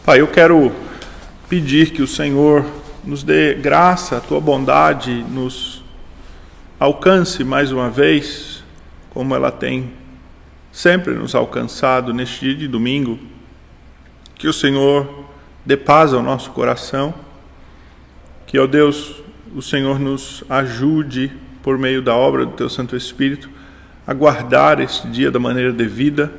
Pai, eu quero pedir que o Senhor nos dê graça, a Tua bondade nos alcance mais uma vez, como ela tem sempre nos alcançado neste dia de domingo. Que o Senhor dê paz ao nosso coração, que, ó Deus, o Senhor nos ajude, por meio da obra do Teu Santo Espírito, a guardar este dia da maneira devida,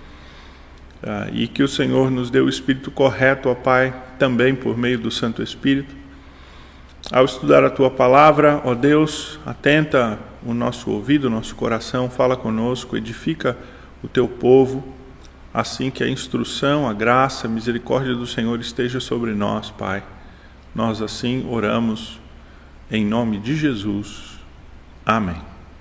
e que o Senhor nos dê o Espírito correto, ó Pai, também por meio do Santo Espírito. Ao estudar a Tua Palavra, ó Deus, atenta o nosso ouvido, o nosso coração, fala conosco, edifica o Teu povo, assim que a instrução, a graça, a misericórdia do Senhor esteja sobre nós, Pai. Nós assim oramos em nome de Jesus. Amém.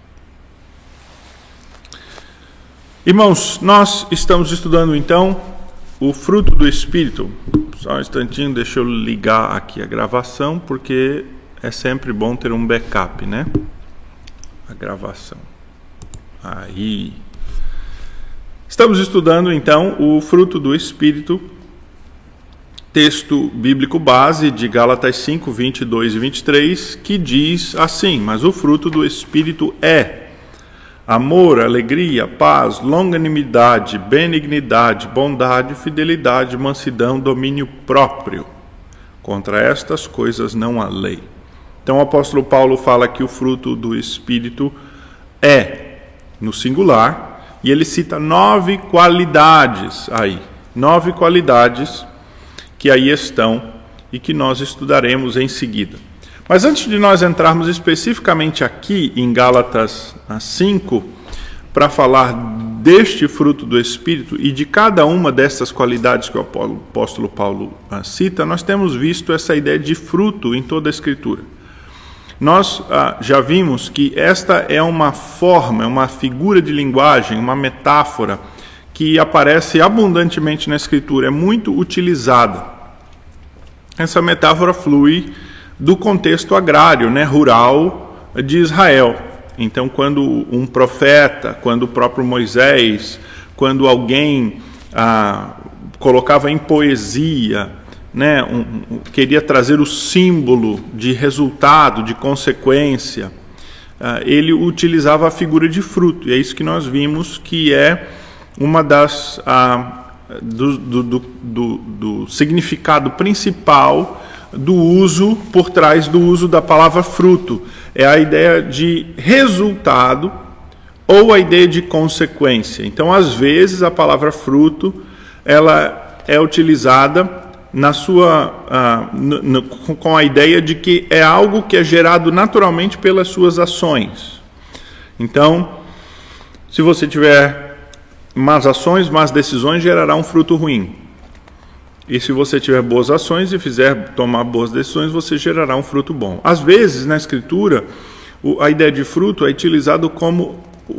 Irmãos, nós estamos estudando então o fruto do Espírito. Só um instantinho, deixa eu ligar aqui a gravação, porque é sempre bom ter um backup, né? A gravação. Aí. Estamos estudando então o fruto do Espírito, texto bíblico base de Gálatas 5, 22 e 23, que diz assim: mas o fruto do Espírito é amor, alegria, paz, longanimidade, benignidade, bondade, fidelidade, mansidão, domínio próprio. Contra estas coisas não há lei. Então o apóstolo Paulo fala que o fruto do Espírito é no singular, e ele cita 9 qualidades aí. 9 qualidades que aí estão e que nós estudaremos em seguida. Mas antes de nós entrarmos especificamente aqui em Gálatas 5, para falar deste fruto do Espírito e de cada uma dessas qualidades que o apóstolo Paulo cita, nós temos visto essa ideia de fruto em toda a Escritura. Nós já vimos que esta é uma forma, é uma figura de linguagem, uma metáfora que aparece abundantemente na Escritura, é muito utilizada. Essa metáfora flui do contexto agrário, rural de Israel. Então, quando um profeta, quando o próprio Moisés, quando alguém colocava em poesia, queria trazer o símbolo de resultado, de consequência, ele utilizava a figura de fruto. E é isso que nós vimos que é uma das do significado principal do uso, por trás do uso da palavra fruto. É a ideia de resultado ou a ideia de consequência. Então, às vezes, a palavra fruto, ela é utilizada na sua, com a ideia de que é algo que é gerado naturalmente pelas suas ações. Então, se você tiver más ações, más decisões, gerará um fruto ruim. E se você tiver boas ações e tomar boas decisões, você gerará um fruto bom. Às vezes, na Escritura, a ideia de fruto é utilizado como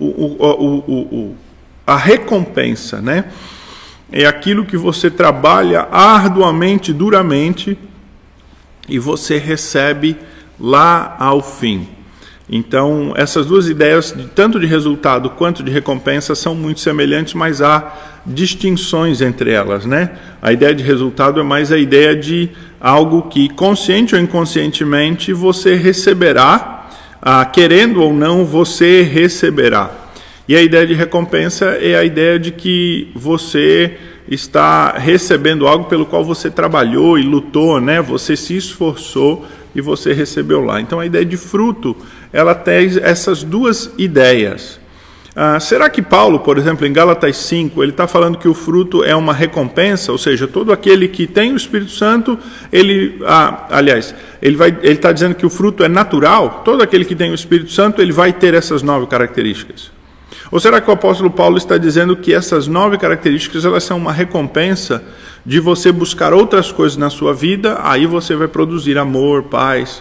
a recompensa, É aquilo que você trabalha arduamente, duramente, e você recebe lá ao fim. Então, essas duas ideias, tanto de resultado quanto de recompensa, são muito semelhantes, mas há distinções entre elas, A ideia de resultado é mais a ideia de algo que, consciente ou inconscientemente, você receberá, querendo ou não, você receberá. E a ideia de recompensa é a ideia de que você está recebendo algo pelo qual você trabalhou e lutou, Você se esforçou e você recebeu lá. Então, a ideia de fruto, ela tem essas duas ideias. Será que Paulo, por exemplo, em Gálatas 5, ele está falando que o fruto é uma recompensa? Ou seja, todo aquele que tem o Espírito Santo, ele está dizendo que o fruto é natural? Todo aquele que tem o Espírito Santo, ele vai ter essas 9 características? Ou será que o apóstolo Paulo está dizendo que essas 9 características, elas são uma recompensa de você buscar outras coisas na sua vida, aí você vai produzir amor, paz?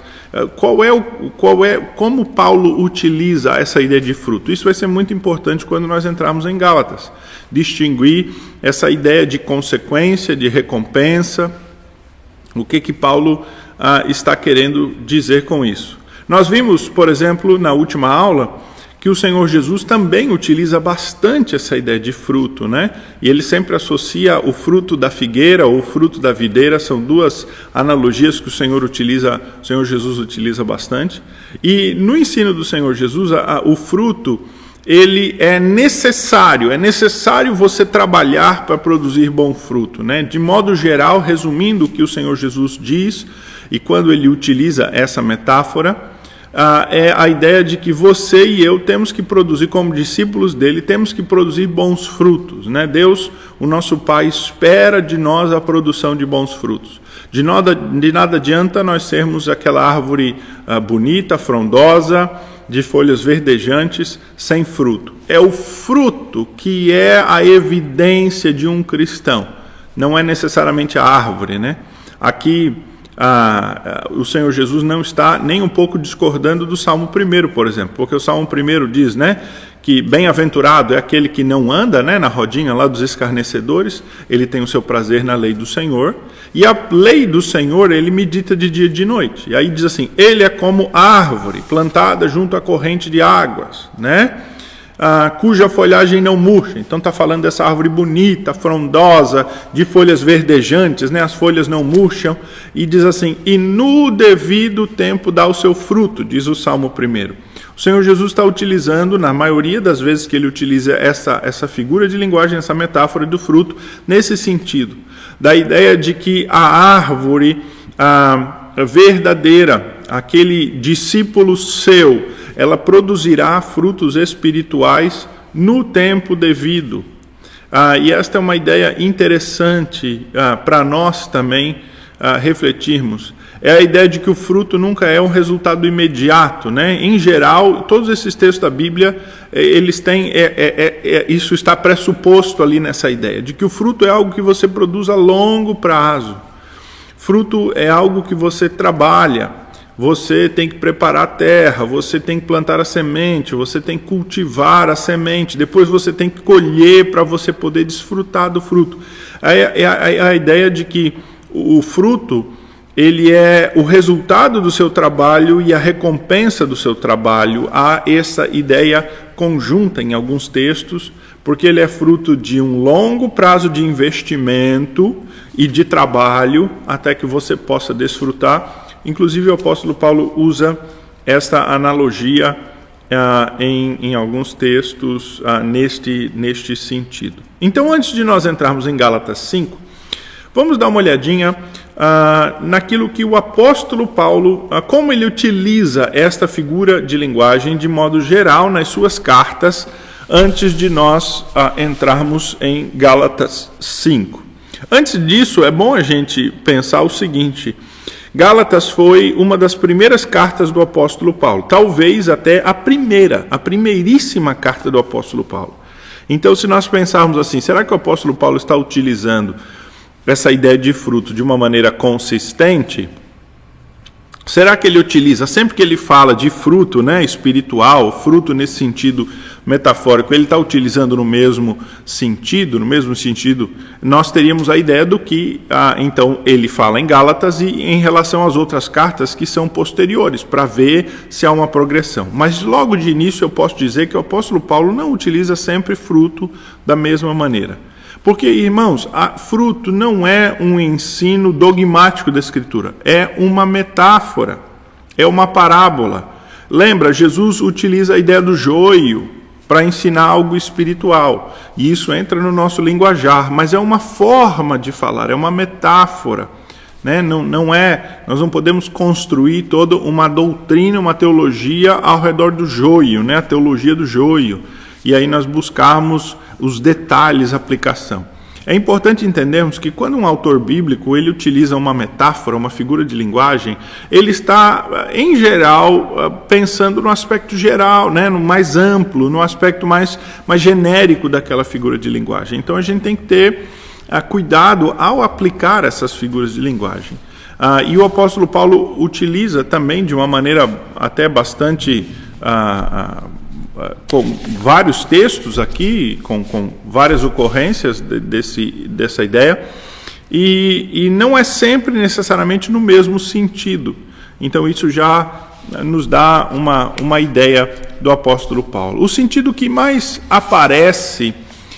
Como Paulo utiliza essa ideia de fruto? Isso vai ser muito importante quando nós entrarmos em Gálatas. Distinguir essa ideia de consequência, de recompensa, o que Paulo está querendo dizer com isso. Nós vimos, por exemplo, na última aula, que o Senhor Jesus também utiliza bastante essa ideia de fruto, né? E ele sempre associa o fruto da figueira ou o fruto da videira, são duas analogias que o Senhor Jesus utiliza bastante. E no ensino do Senhor Jesus, o fruto, ele é necessário você trabalhar para produzir bom fruto, né? De modo geral, resumindo o que o Senhor Jesus diz, e quando ele utiliza essa metáfora, é a ideia de que você e eu temos que produzir, como discípulos dele, temos que produzir bons frutos, né? Deus, o nosso Pai, espera de nós a produção de bons frutos. De nada adianta nós sermos aquela árvore bonita, frondosa, de folhas verdejantes, sem fruto. É o fruto que é a evidência de um cristão, não é necessariamente a árvore, né? Aqui, o Senhor Jesus não está nem um pouco discordando do Salmo 1, por exemplo, porque o Salmo 1 diz, né, que bem-aventurado é aquele que não anda, né, na rodinha lá dos escarnecedores, ele tem o seu prazer na lei do Senhor, e a lei do Senhor ele medita de dia e de noite. E aí diz assim, ele é como árvore plantada junto à corrente de águas, né, cuja folhagem não murcha. Então está falando dessa árvore bonita, frondosa, de folhas verdejantes, né? As folhas não murcham, e diz assim, e no devido tempo dá o seu fruto, diz o Salmo 1. O Senhor Jesus está utilizando, na maioria das vezes que ele utiliza essa figura de linguagem, essa metáfora do fruto, nesse sentido, da ideia de que a árvore verdadeira, aquele discípulo seu, ela produzirá frutos espirituais no tempo devido. E esta é uma ideia interessante para nós também refletirmos. É a ideia de que o fruto nunca é um resultado imediato, né? Em geral, todos esses textos da Bíblia, eles têm, isso está pressuposto ali nessa ideia, de que o fruto é algo que você produz a longo prazo. Fruto é algo que você trabalha. Você tem que preparar a terra, você tem que plantar a semente, você tem que cultivar a semente, depois você tem que colher para você poder desfrutar do fruto. É a ideia de que o fruto, ele é o resultado do seu trabalho e a recompensa do seu trabalho. Há essa ideia conjunta em alguns textos, porque ele é fruto de um longo prazo de investimento e de trabalho até que você possa desfrutar. Inclusive o apóstolo Paulo usa esta analogia em alguns textos neste sentido. Então, antes de nós entrarmos em Gálatas 5, vamos dar uma olhadinha naquilo que o apóstolo Paulo, como ele utiliza esta figura de linguagem de modo geral nas suas cartas, antes de nós entrarmos em Gálatas 5. Antes disso, é bom a gente pensar o seguinte: Gálatas foi uma das primeiras cartas do apóstolo Paulo, talvez até a primeiríssima carta do apóstolo Paulo. Então, se nós pensarmos assim, será que o apóstolo Paulo está utilizando essa ideia de fruto de uma maneira consistente? Será que ele utiliza, sempre que ele fala de fruto, né, espiritual, fruto nesse sentido metafórico, ele está utilizando no mesmo sentido, nós teríamos a ideia do que, então, ele fala em Gálatas e em relação às outras cartas que são posteriores, para ver se há uma progressão. Mas logo de início eu posso dizer que o apóstolo Paulo não utiliza sempre fruto da mesma maneira. Porque, irmãos, fruto não é um ensino dogmático da Escritura, é uma metáfora, é uma parábola. Lembra, Jesus utiliza a ideia do joio para ensinar algo espiritual, e isso entra no nosso linguajar, mas é uma forma de falar, é uma metáfora, né? Nós não podemos construir toda uma doutrina, uma teologia ao redor do joio, né? A teologia do joio, e aí nós buscarmos os detalhes, a aplicação. É importante entendermos que quando um autor bíblico ele utiliza uma metáfora, uma figura de linguagem, ele está, em geral, pensando no aspecto geral, né, no mais amplo, no aspecto mais genérico daquela figura de linguagem. Então a gente tem que ter cuidado ao aplicar essas figuras de linguagem. E o apóstolo Paulo utiliza também de uma maneira até bastante... com vários textos aqui, com várias ocorrências dessa ideia, e não é sempre necessariamente no mesmo sentido. Então isso já nos dá uma ideia do apóstolo Paulo. O sentido que mais aparece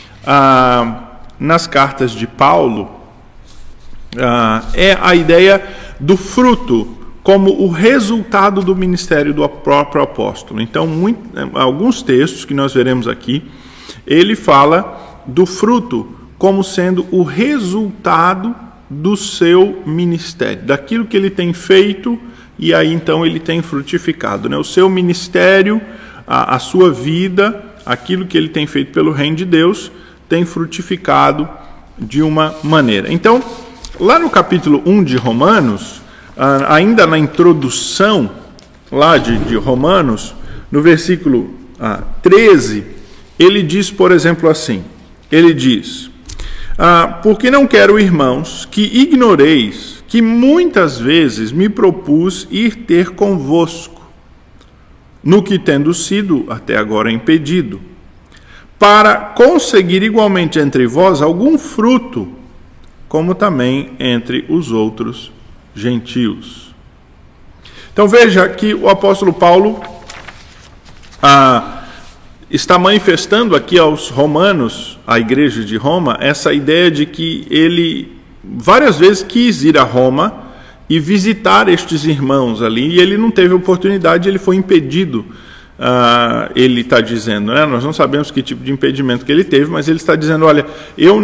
nas cartas de Paulo é a ideia do fruto como o resultado do ministério do próprio apóstolo. Então, alguns textos que nós veremos aqui, ele fala do fruto como sendo o resultado do seu ministério, daquilo que ele tem feito, e aí então ele tem frutificado, né? O seu ministério, a sua vida, aquilo que ele tem feito pelo reino de Deus, tem frutificado de uma maneira. Então, lá no capítulo 1 de Romanos, ainda na introdução lá de Romanos, no versículo 13, ele diz, por exemplo, assim, ele diz: porque não quero, irmãos, que ignoreis que muitas vezes me propus ir ter convosco, no que tendo sido até agora impedido, para conseguir igualmente entre vós algum fruto, como também entre os outros gentios. Então veja que o apóstolo Paulo está manifestando aqui aos romanos, à igreja de Roma, essa ideia de que ele várias vezes quis ir a Roma e visitar estes irmãos ali, e ele não teve oportunidade, ele foi impedido. Ele está dizendo, né? Nós não sabemos que tipo de impedimento que ele teve, mas ele está dizendo: olha, eu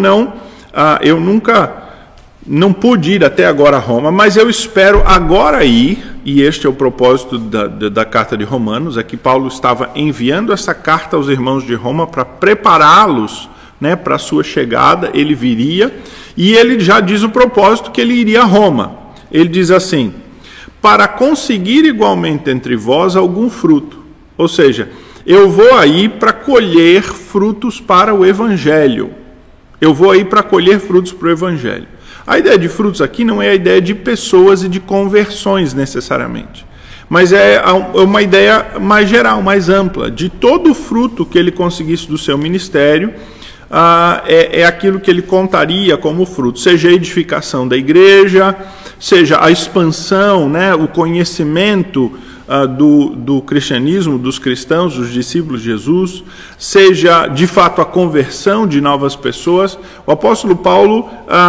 nunca não pude ir até agora a Roma, mas eu espero agora ir, e este é o propósito da carta de Romanos, é que Paulo estava enviando essa carta aos irmãos de Roma para prepará-los, né, para a sua chegada. Ele viria, e ele já diz o propósito que ele iria a Roma. Ele diz assim: para conseguir igualmente entre vós algum fruto. Ou seja, eu vou aí para colher frutos para o Evangelho. Eu vou aí para colher frutos para o Evangelho. A ideia de frutos aqui não é a ideia de pessoas e de conversões necessariamente, mas é uma ideia mais geral, mais ampla, de todo o fruto que ele conseguisse do seu ministério. É aquilo que ele contaria como fruto, seja a edificação da igreja, seja a expansão, né, o conhecimento do cristianismo, dos cristãos, dos discípulos de Jesus, seja de fato a conversão de novas pessoas. O apóstolo Paulo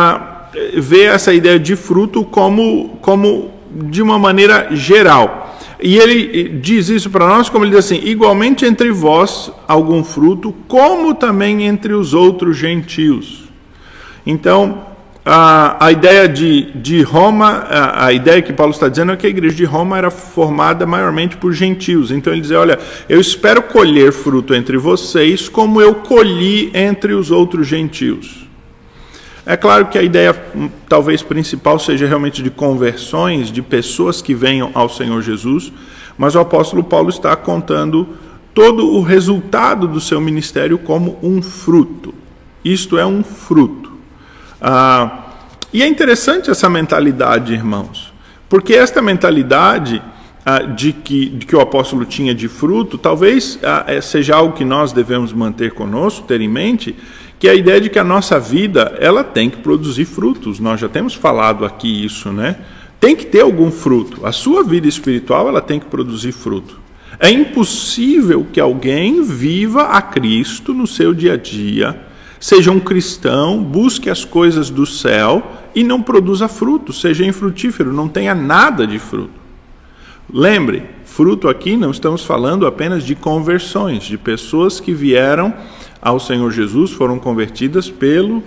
vê essa ideia de fruto como de uma maneira geral. E ele diz isso para nós, como ele diz assim: igualmente entre vós algum fruto, como também entre os outros gentios. Então, a ideia de Roma, a ideia que Paulo está dizendo é que a igreja de Roma era formada maiormente por gentios. Então ele diz: olha, eu espero colher fruto entre vocês como eu colhi entre os outros gentios. É claro que a ideia talvez principal seja realmente de conversões, de pessoas que venham ao Senhor Jesus, mas o apóstolo Paulo está contando todo o resultado do seu ministério como um fruto. Isto é um fruto. E é interessante essa mentalidade, irmãos, porque esta mentalidade de que o apóstolo tinha de fruto, talvez seja algo que nós devemos manter conosco, ter em mente, que é a ideia de que a nossa vida, ela tem que produzir frutos. Nós já temos falado aqui isso, né? Tem que ter algum fruto. A sua vida espiritual, ela tem que produzir fruto. É impossível que alguém viva a Cristo no seu dia a dia, seja um cristão, busque as coisas do céu e não produza fruto, seja infrutífero, não tenha nada de fruto. Lembre, fruto aqui não estamos falando apenas de conversões, de pessoas que vieram ao Senhor Jesus, foram convertidas pelo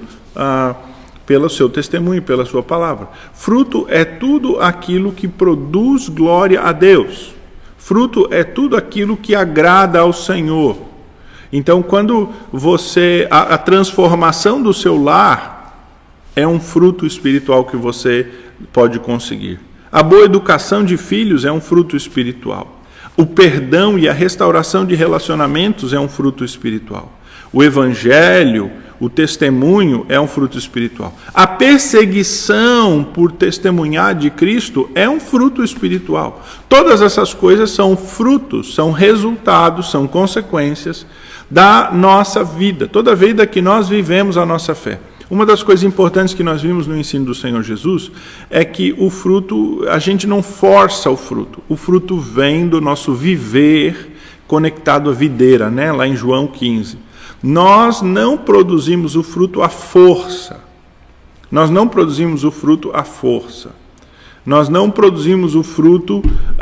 seu testemunho, pela sua palavra. Fruto é tudo aquilo que produz glória a Deus. Fruto é tudo aquilo que agrada ao Senhor. Então, quando a transformação do seu lar é um fruto espiritual que você pode conseguir. A boa educação de filhos é um fruto espiritual. O perdão e a restauração de relacionamentos é um fruto espiritual. O evangelho, o testemunho é um fruto espiritual. A perseguição por testemunhar de Cristo é um fruto espiritual. Todas essas coisas são frutos, são resultados, são consequências da nossa vida, toda vida que nós vivemos a nossa fé. Uma das coisas importantes que nós vimos no ensino do Senhor Jesus é que o fruto, a gente não força o fruto vem do nosso viver conectado à videira, né? Lá em João 15. Nós não produzimos o fruto à força. Nós não produzimos o fruto à força. Nós não produzimos o fruto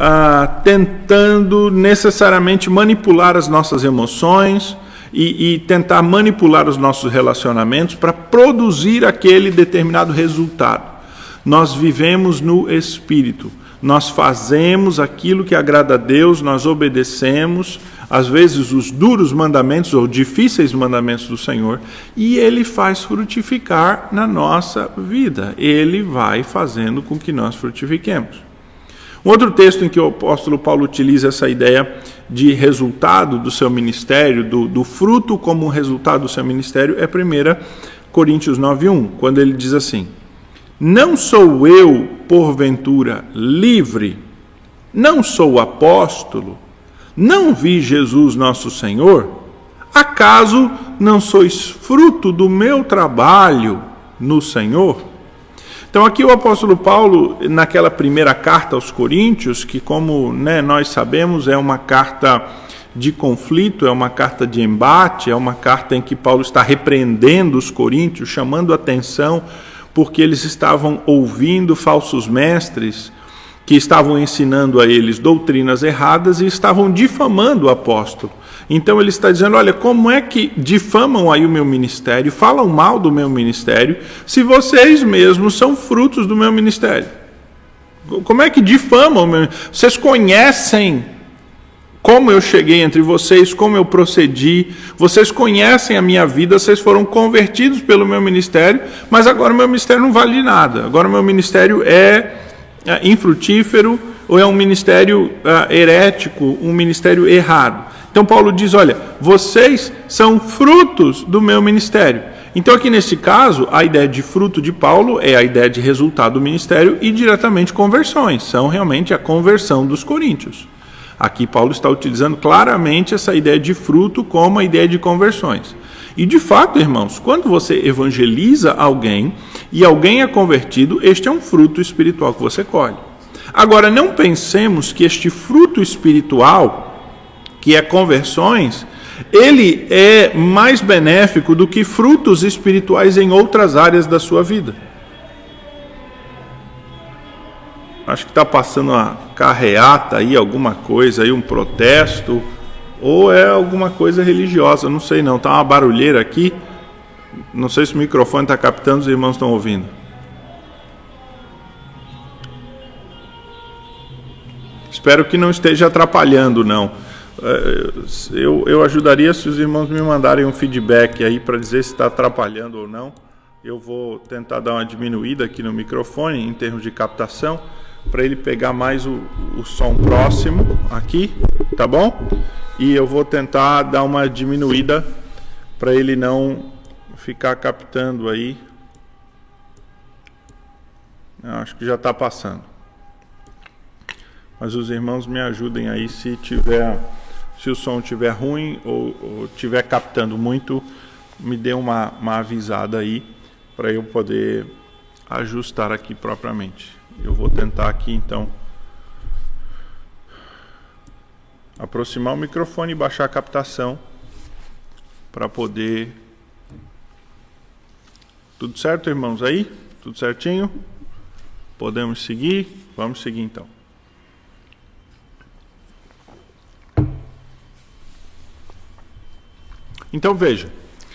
tentando necessariamente manipular as nossas emoções e tentar manipular os nossos relacionamentos para produzir aquele determinado resultado. Nós vivemos no Espírito. Nós fazemos aquilo que agrada a Deus, nós obedecemos, às vezes, os duros mandamentos ou difíceis mandamentos do Senhor, e Ele faz frutificar na nossa vida. Ele vai fazendo com que nós frutifiquemos. Um outro texto em que o apóstolo Paulo utiliza essa ideia de resultado do seu ministério, do fruto como resultado do seu ministério, é 1 Coríntios 9:1, quando ele diz assim: não sou eu, porventura, livre? Não sou apóstolo? Não vi Jesus nosso Senhor? Acaso não sois fruto do meu trabalho no Senhor? Então aqui o apóstolo Paulo, naquela primeira carta aos Coríntios, que como nós sabemos é uma carta de conflito, é uma carta de embate, é uma carta em que Paulo está repreendendo os coríntios, chamando a atenção porque eles estavam ouvindo falsos mestres que estavam ensinando a eles doutrinas erradas e estavam difamando o apóstolo. Então ele está dizendo, olha, como é que difamam aí o meu ministério, falam mal do meu ministério, se vocês mesmos são frutos do meu ministério? Como é que difamam o meu? Vocês conhecem como eu cheguei entre vocês, como eu procedi, vocês conhecem a minha vida, vocês foram convertidos pelo meu ministério, mas agora o meu ministério não vale de nada. Agora o meu ministério é infrutífero, ou é um ministério herético, um ministério errado. Então Paulo diz, olha, vocês são frutos do meu ministério. Então aqui nesse caso, a ideia de fruto de Paulo é a ideia de resultado do ministério e diretamente conversões, são realmente a conversão dos coríntios. Aqui Paulo está utilizando claramente essa ideia de fruto como a ideia de conversões. E de fato, irmãos, quando você evangeliza alguém e alguém é convertido, este é um fruto espiritual que você colhe. Agora, não pensemos que este fruto espiritual, que é conversões, ele é mais benéfico do que frutos espirituais em outras áreas da sua vida. Acho que está passando uma carreata aí, alguma coisa aí, um protesto, ou é alguma coisa religiosa, não sei não. Está uma barulheira aqui, não sei se o microfone está captando, os irmãos estão ouvindo. Espero que não esteja atrapalhando, não. Eu ajudaria se os irmãos me mandarem um feedback aí para dizer se está atrapalhando ou não. Eu vou tentar dar uma diminuída aqui no microfone em termos de captação, para ele pegar mais o som próximo aqui, tá bom? E eu vou tentar dar uma diminuída para ele não ficar captando aí. Acho que já está passando. Mas os irmãos me ajudem aí se o som estiver ruim ou estiver captando muito, me dê uma avisada aí para eu poder ajustar aqui propriamente. Eu vou tentar aqui então aproximar o microfone e baixar a captação para poder... Tudo certo, irmãos, aí? Tudo certinho? Podemos seguir? Vamos seguir então. Então veja,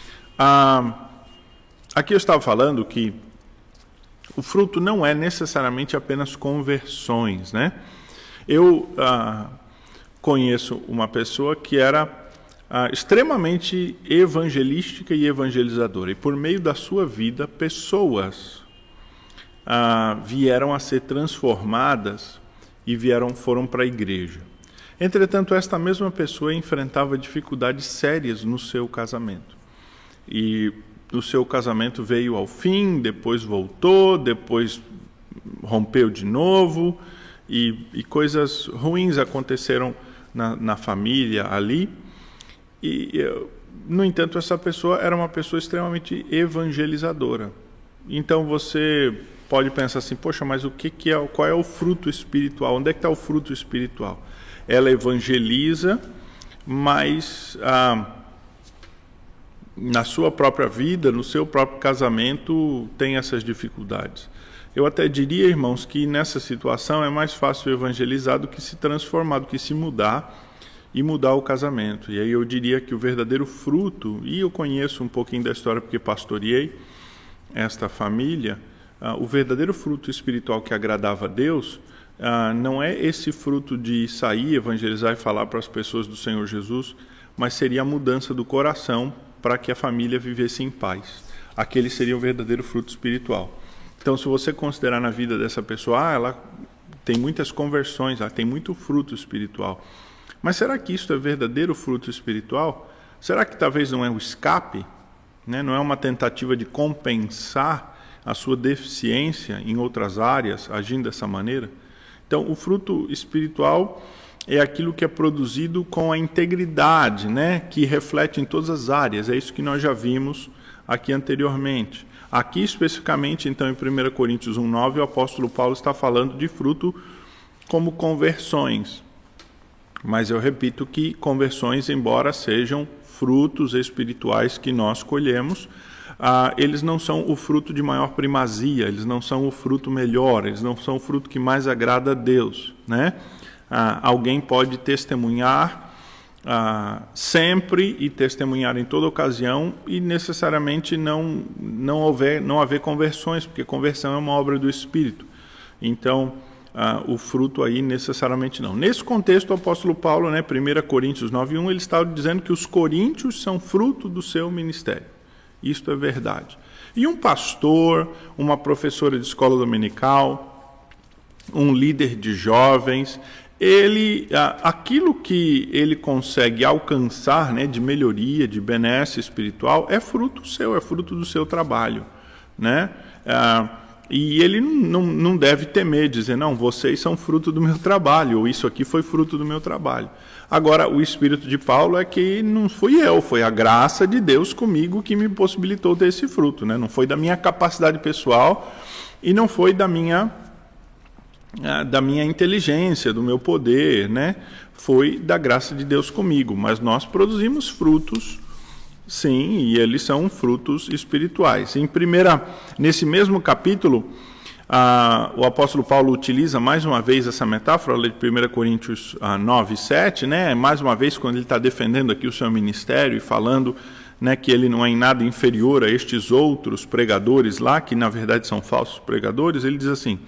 aqui eu estava falando que o fruto não é necessariamente apenas conversões, né? Eu conheço uma pessoa que era extremamente evangelística e evangelizadora, e por meio da sua vida, pessoas vieram a ser transformadas e foram para a igreja. Entretanto, esta mesma pessoa enfrentava dificuldades sérias no seu casamento. E o seu casamento veio ao fim, depois voltou, depois rompeu de novo, e coisas ruins aconteceram na família ali. E no entanto, essa pessoa era uma pessoa extremamente evangelizadora. Então você pode pensar assim, poxa, mas qual é o fruto espiritual? Onde é que está o fruto espiritual? Ela evangeliza, mas na sua própria vida, no seu próprio casamento, tem essas dificuldades. Eu até diria, irmãos, que nessa situação é mais fácil evangelizar do que se transformar, do que se mudar e mudar o casamento. E aí eu diria que o verdadeiro fruto, e eu conheço um pouquinho da história porque pastoreei esta família, o verdadeiro fruto espiritual que agradava a Deus não é esse fruto de sair, evangelizar e falar para as pessoas do Senhor Jesus, mas seria a mudança do coração para que a família vivesse em paz. Aquele seria o verdadeiro fruto espiritual. Então, se você considerar na vida dessa pessoa, ela tem muitas conversões, ela tem muito fruto espiritual. Mas será que isso é verdadeiro fruto espiritual? Será que talvez não é um escape? Né? Não é uma tentativa de compensar a sua deficiência em outras áreas, agindo dessa maneira? Então, o fruto espiritual é aquilo que é produzido com a integridade, né? Que reflete em todas as áreas. É isso que nós já vimos aqui anteriormente. Aqui, especificamente, então, em 1 Coríntios 1,9, o apóstolo Paulo está falando de fruto como conversões. Mas eu repito que conversões, embora sejam frutos espirituais que nós colhemos, eles não são o fruto de maior primazia, eles não são o fruto melhor, eles não são o fruto que mais agrada a Deus, né? Alguém pode testemunhar sempre e testemunhar em toda ocasião e necessariamente não haver conversões, porque conversão é uma obra do Espírito. Então, o fruto aí necessariamente não. Nesse contexto, o apóstolo Paulo, né, 1 Coríntios 9:1, ele estava dizendo que os coríntios são fruto do seu ministério. Isto é verdade. E um pastor, uma professora de escola dominical, um líder de jovens, aquilo que ele consegue alcançar, né, de melhoria, de benesse espiritual, é fruto seu, é fruto do seu trabalho, né? E ele não deve temer, dizer, não, vocês são fruto do meu trabalho, ou isso aqui foi fruto do meu trabalho. Agora, o espírito de Paulo é que não fui eu, foi a graça de Deus comigo que me possibilitou ter esse fruto, né? Não foi da minha capacidade pessoal e não foi da minha inteligência, do meu poder, né? Foi da graça de Deus comigo, mas nós produzimos frutos, sim, e eles são frutos espirituais. Nesse mesmo capítulo, o apóstolo Paulo utiliza mais uma vez essa metáfora de 1 Coríntios 9:7, né? Mais uma vez, quando ele está defendendo aqui o seu ministério e falando, né, que ele não é em nada inferior a estes outros pregadores lá, que na verdade são falsos pregadores, ele diz assim,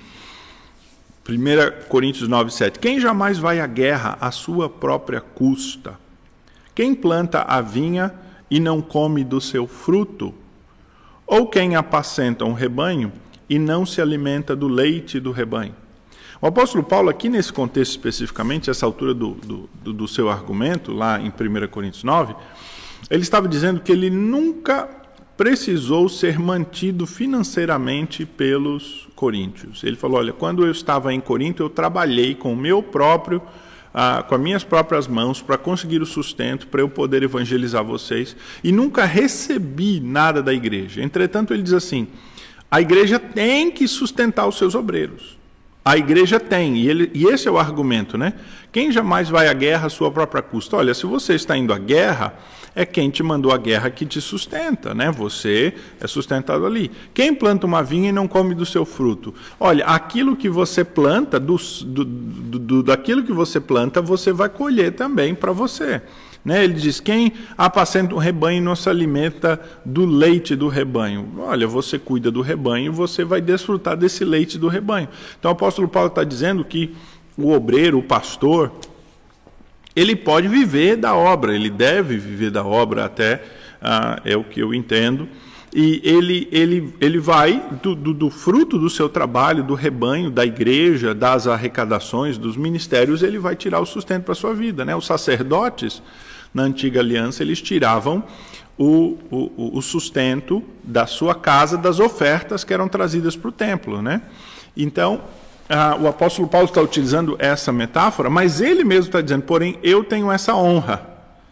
1 Coríntios 9:7, quem jamais vai à guerra à sua própria custa? Quem planta a vinha e não come do seu fruto? Ou quem apacenta um rebanho e não se alimenta do leite do rebanho? O apóstolo Paulo, aqui nesse contexto especificamente, essa altura do seu argumento, lá em 1 Coríntios 9, ele estava dizendo que ele nunca precisou ser mantido financeiramente pelos coríntios. Ele falou, olha, quando eu estava em Corinto, eu trabalhei com as minhas próprias mãos para conseguir o sustento, para eu poder evangelizar vocês, e nunca recebi nada da igreja. Entretanto, ele diz assim, a igreja tem que sustentar os seus obreiros. A igreja tem, e esse é o argumento, né? Quem jamais vai à guerra à sua própria custa? Olha, se você está indo à guerra, é quem te mandou à guerra que te sustenta, né? Você é sustentado ali. Quem planta uma vinha e não come do seu fruto? Olha, aquilo que você planta, daquilo que você planta, você vai colher também para você. Né? Ele diz, quem apacenta um rebanho e não se alimenta do leite do rebanho? Olha, você cuida do rebanho, você vai desfrutar desse leite do rebanho. Então o apóstolo Paulo está dizendo que o obreiro, o pastor, ele pode viver da obra, ele deve viver da obra até, é o que eu entendo, e ele vai do fruto do seu trabalho, do rebanho, da igreja, das arrecadações, dos ministérios, ele vai tirar o sustento para a sua vida. Né? Os sacerdotes, na antiga aliança, eles tiravam o sustento da sua casa, das ofertas que eram trazidas para o templo. Né? Então, o apóstolo Paulo está utilizando essa metáfora, mas ele mesmo está dizendo, porém, eu tenho essa honra.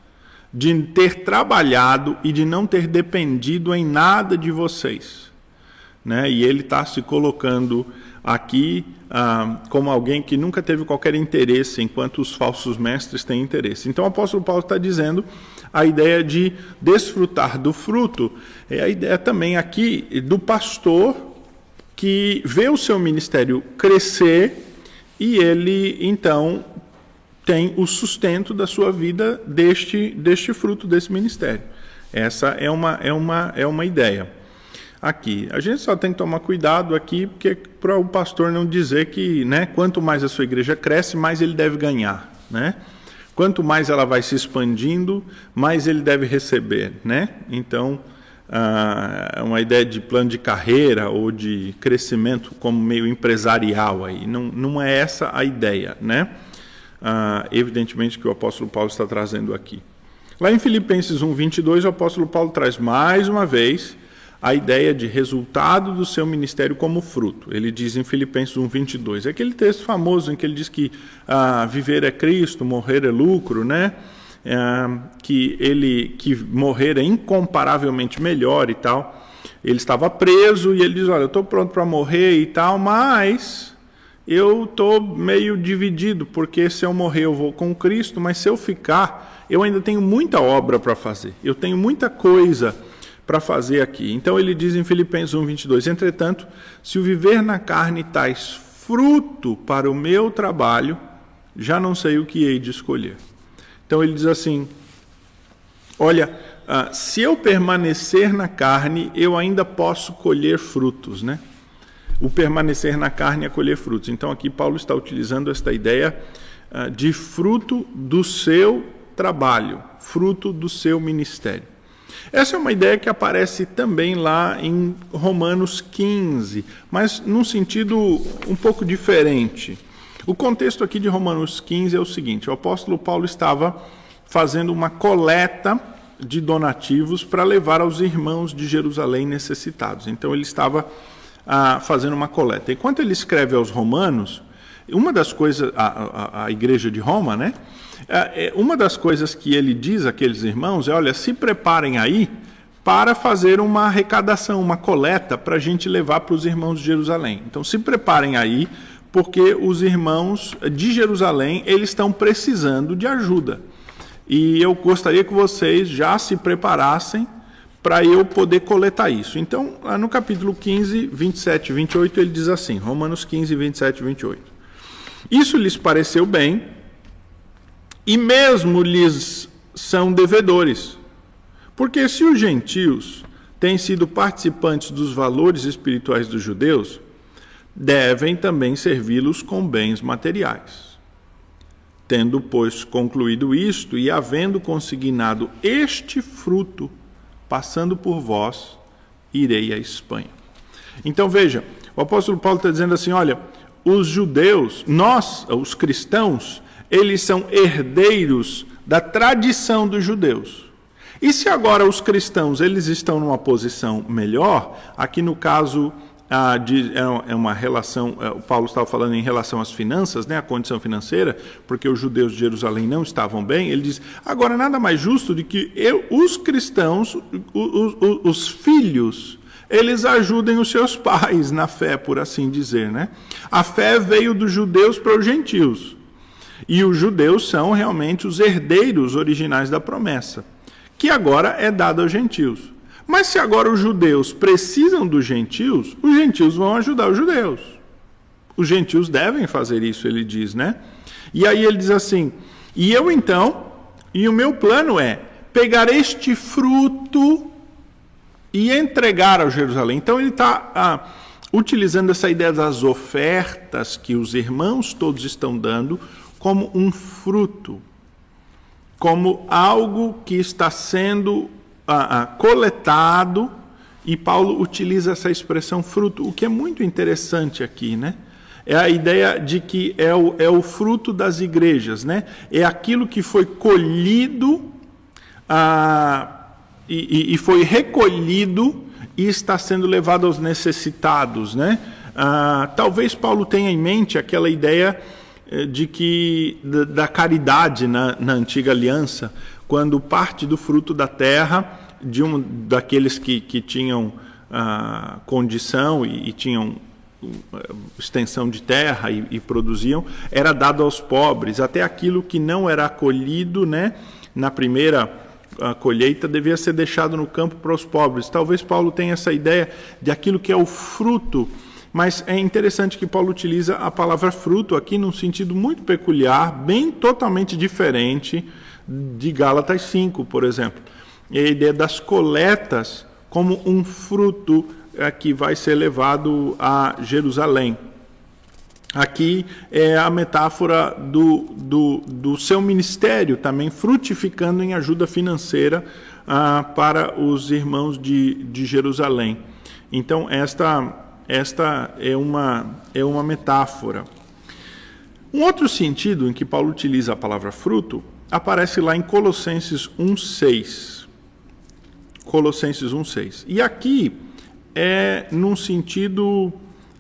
de ter trabalhado e de não ter dependido em nada de vocês, né? E ele está se colocando aqui como alguém que nunca teve qualquer interesse, enquanto os falsos mestres têm interesse. Então o apóstolo Paulo está dizendo a ideia de desfrutar do fruto, é a ideia também aqui do pastor que vê o seu ministério crescer e ele então tem o sustento da sua vida deste fruto desse ministério. Essa é uma ideia. Aqui, a gente só tem que tomar cuidado aqui, porque para o pastor não dizer que, né, quanto mais a sua igreja cresce, mais ele deve ganhar, né? Quanto mais ela vai se expandindo, mais ele deve receber, né? Então, uma ideia de plano de carreira ou de crescimento como meio empresarial aí, não é essa a ideia, né? Evidentemente que o apóstolo Paulo está trazendo aqui. Lá em Filipenses 1:22, o apóstolo Paulo traz mais uma vez a ideia de resultado do seu ministério como fruto. Ele diz em Filipenses 1:22, é aquele texto famoso em que ele diz que viver é Cristo, morrer é lucro, né? Que morrer é incomparavelmente melhor e tal. Ele estava preso e ele diz, olha, eu estou pronto para morrer e tal, mas eu estou meio dividido, porque se eu morrer eu vou com Cristo, mas se eu ficar, eu ainda tenho muita obra para fazer, eu tenho muita coisa para fazer aqui. Então ele diz em Filipenses 1:22, entretanto, se o viver na carne tais fruto para o meu trabalho, já não sei o que hei de escolher. Então ele diz assim, olha, se eu permanecer na carne, eu ainda posso colher frutos, né? O permanecer na carne é colher frutos. Então aqui Paulo está utilizando esta ideia de fruto do seu trabalho, fruto do seu ministério. Essa é uma ideia que aparece também lá em Romanos 15, mas num sentido um pouco diferente. O contexto aqui de Romanos 15 é o seguinte, o apóstolo Paulo estava fazendo uma coleta de donativos para levar aos irmãos de Jerusalém necessitados. Então ele estava fazendo uma coleta. Enquanto ele escreve aos romanos, uma das coisas, a igreja de Roma, né? Uma das coisas que ele diz àqueles irmãos é, olha, se preparem aí para fazer uma arrecadação, uma coleta para a gente levar para os irmãos de Jerusalém. Então se preparem aí, porque os irmãos de Jerusalém, eles estão precisando de ajuda. E eu gostaria que vocês já se preparassem para eu poder coletar isso. Então, lá no capítulo 15, 27 e 28, ele diz assim, Romanos 15, 27 e 28. Isso lhes pareceu bem, e mesmo lhes são devedores, porque se os gentios têm sido participantes dos valores espirituais dos judeus, devem também servi-los com bens materiais. Tendo, pois, concluído isto e havendo consignado este fruto, passando por vós, irei à Espanha. Então veja, o apóstolo Paulo está dizendo assim, olha, os judeus, nós, os cristãos, eles são herdeiros da tradição dos judeus. E se agora os cristãos eles estão numa posição melhor, aqui no caso é uma relação, o Paulo estava falando em relação às finanças, né, a condição financeira, porque os judeus de Jerusalém não estavam bem, ele diz, agora nada mais justo do que os cristãos, os filhos, eles ajudem os seus pais na fé, por assim dizer, né? A fé veio dos judeus para os gentios. E os judeus são realmente os herdeiros originais da promessa, que agora é dada aos gentios. Mas se agora os judeus precisam dos gentios, os gentios vão ajudar os judeus. Os gentios devem fazer isso, ele diz, né? E aí ele diz assim, e o meu plano é pegar este fruto e entregar ao Jerusalém. Então ele está utilizando essa ideia das ofertas que os irmãos todos estão dando como um fruto, como algo que está sendo coletado, e Paulo utiliza essa expressão fruto, o que é muito interessante aqui, né? É a ideia de que é o fruto das igrejas, né? É aquilo que foi colhido e foi recolhido e está sendo levado aos necessitados, né? Talvez Paulo tenha em mente aquela ideia de que da caridade na antiga aliança, quando parte do fruto da terra, daqueles que tinham condição e tinham extensão de terra e produziam, era dado aos pobres. Até aquilo que não era acolhido, né, na primeira colheita devia ser deixado no campo para os pobres. Talvez Paulo tenha essa ideia de aquilo que é o fruto, mas é interessante que Paulo utiliza a palavra fruto aqui num sentido muito peculiar, bem totalmente diferente de Gálatas 5, por exemplo. É a ideia das coletas como um fruto que vai ser levado a Jerusalém. Aqui é a metáfora do seu ministério também frutificando em ajuda financeira para os irmãos de Jerusalém. Então, esta é uma metáfora. Um outro sentido em que Paulo utiliza a palavra fruto aparece lá em Colossenses 1,6. Colossenses 1,6. E aqui é num sentido...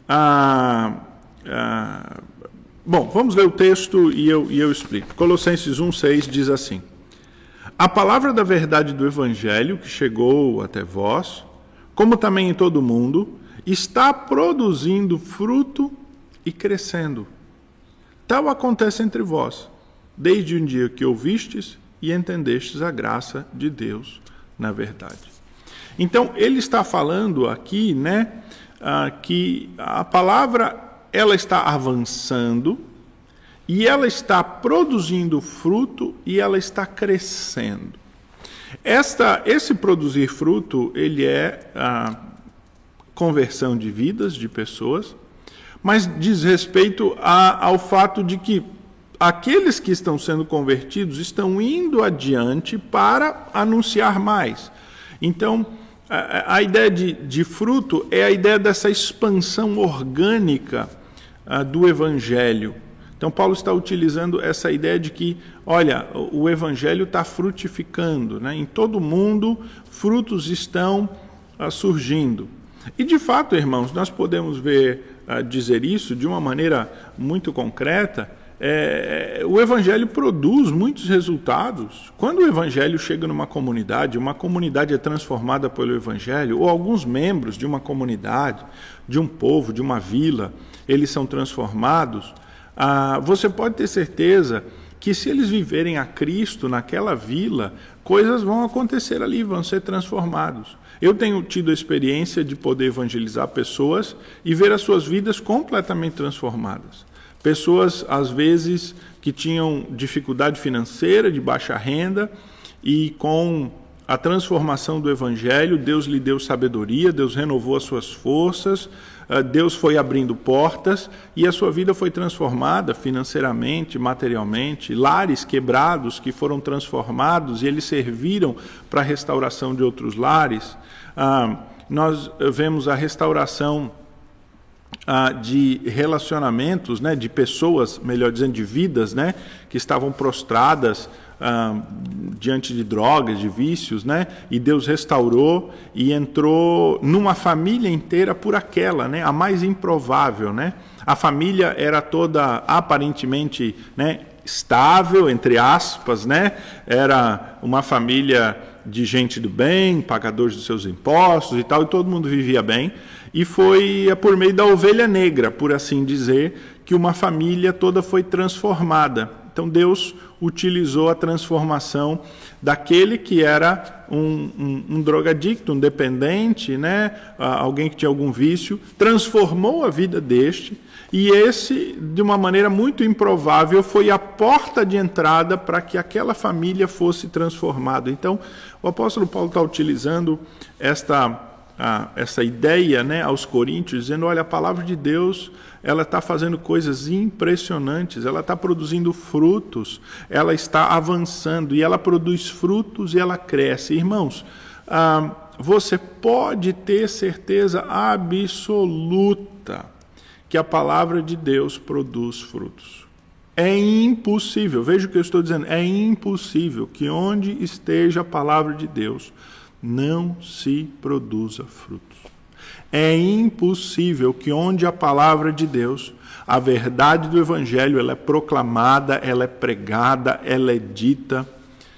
bom, vamos ler o texto e eu explico. Colossenses 1,6 diz assim: a palavra da verdade do Evangelho que chegou até vós, como também em todo o mundo, está produzindo fruto e crescendo. Tal acontece entre vós, desde um dia que ouvistes e entendestes a graça de Deus na verdade. Então, ele está falando aqui, né, que a palavra ela está avançando e ela está produzindo fruto e ela está crescendo. Esse produzir fruto, ele é a conversão de vidas, de pessoas, mas diz respeito ao fato de que aqueles que estão sendo convertidos estão indo adiante para anunciar mais. Então, a ideia de fruto é a ideia dessa expansão orgânica do Evangelho. Então, Paulo está utilizando essa ideia de que, olha, o Evangelho está frutificando, né? Em todo mundo, frutos estão surgindo. E, de fato, irmãos, nós podemos dizer isso de uma maneira muito concreta. O Evangelho produz muitos resultados. Quando o Evangelho chega numa comunidade, uma comunidade é transformada pelo Evangelho, ou alguns membros de uma comunidade, de um povo, de uma vila, eles são transformados, você pode ter certeza que se eles viverem a Cristo naquela vila, coisas vão acontecer ali, vão ser transformados. Eu tenho tido a experiência de poder evangelizar pessoas e ver as suas vidas completamente transformadas. Pessoas, às vezes, que tinham dificuldade financeira, de baixa renda, e com a transformação do Evangelho, Deus lhe deu sabedoria, Deus renovou as suas forças, Deus foi abrindo portas, e a sua vida foi transformada financeiramente, materialmente, lares quebrados que foram transformados, e eles serviram para a restauração de outros lares. Nós vemos a restauração de relacionamentos, né, de pessoas, melhor dizendo, de vidas, né, que estavam prostradas diante de drogas, de vícios, né, e Deus restaurou e entrou numa família inteira por aquela, né, a mais improvável, né. A família era toda aparentemente, né, estável, entre aspas, né, era uma família de gente do bem, pagadores dos seus impostos e tal, e todo mundo vivia bem. E foi por meio da ovelha negra, por assim dizer, que uma família toda foi transformada. Então Deus utilizou a transformação daquele que era um drogadicto, um dependente, né? Alguém que tinha algum vício, transformou a vida deste, e esse, de uma maneira muito improvável, foi a porta de entrada para que aquela família fosse transformada. Então, o apóstolo Paulo está utilizando essa ideia, né, aos coríntios, dizendo, olha, a palavra de Deus, ela está fazendo coisas impressionantes, ela está produzindo frutos, ela está avançando, e ela produz frutos e ela cresce. Irmãos, você pode ter certeza absoluta que a palavra de Deus produz frutos. É impossível, veja o que eu estou dizendo, é impossível que onde esteja a palavra de Deus não se produza frutos. É impossível que onde a palavra de Deus, a verdade do Evangelho, ela é proclamada, ela é pregada, ela é dita,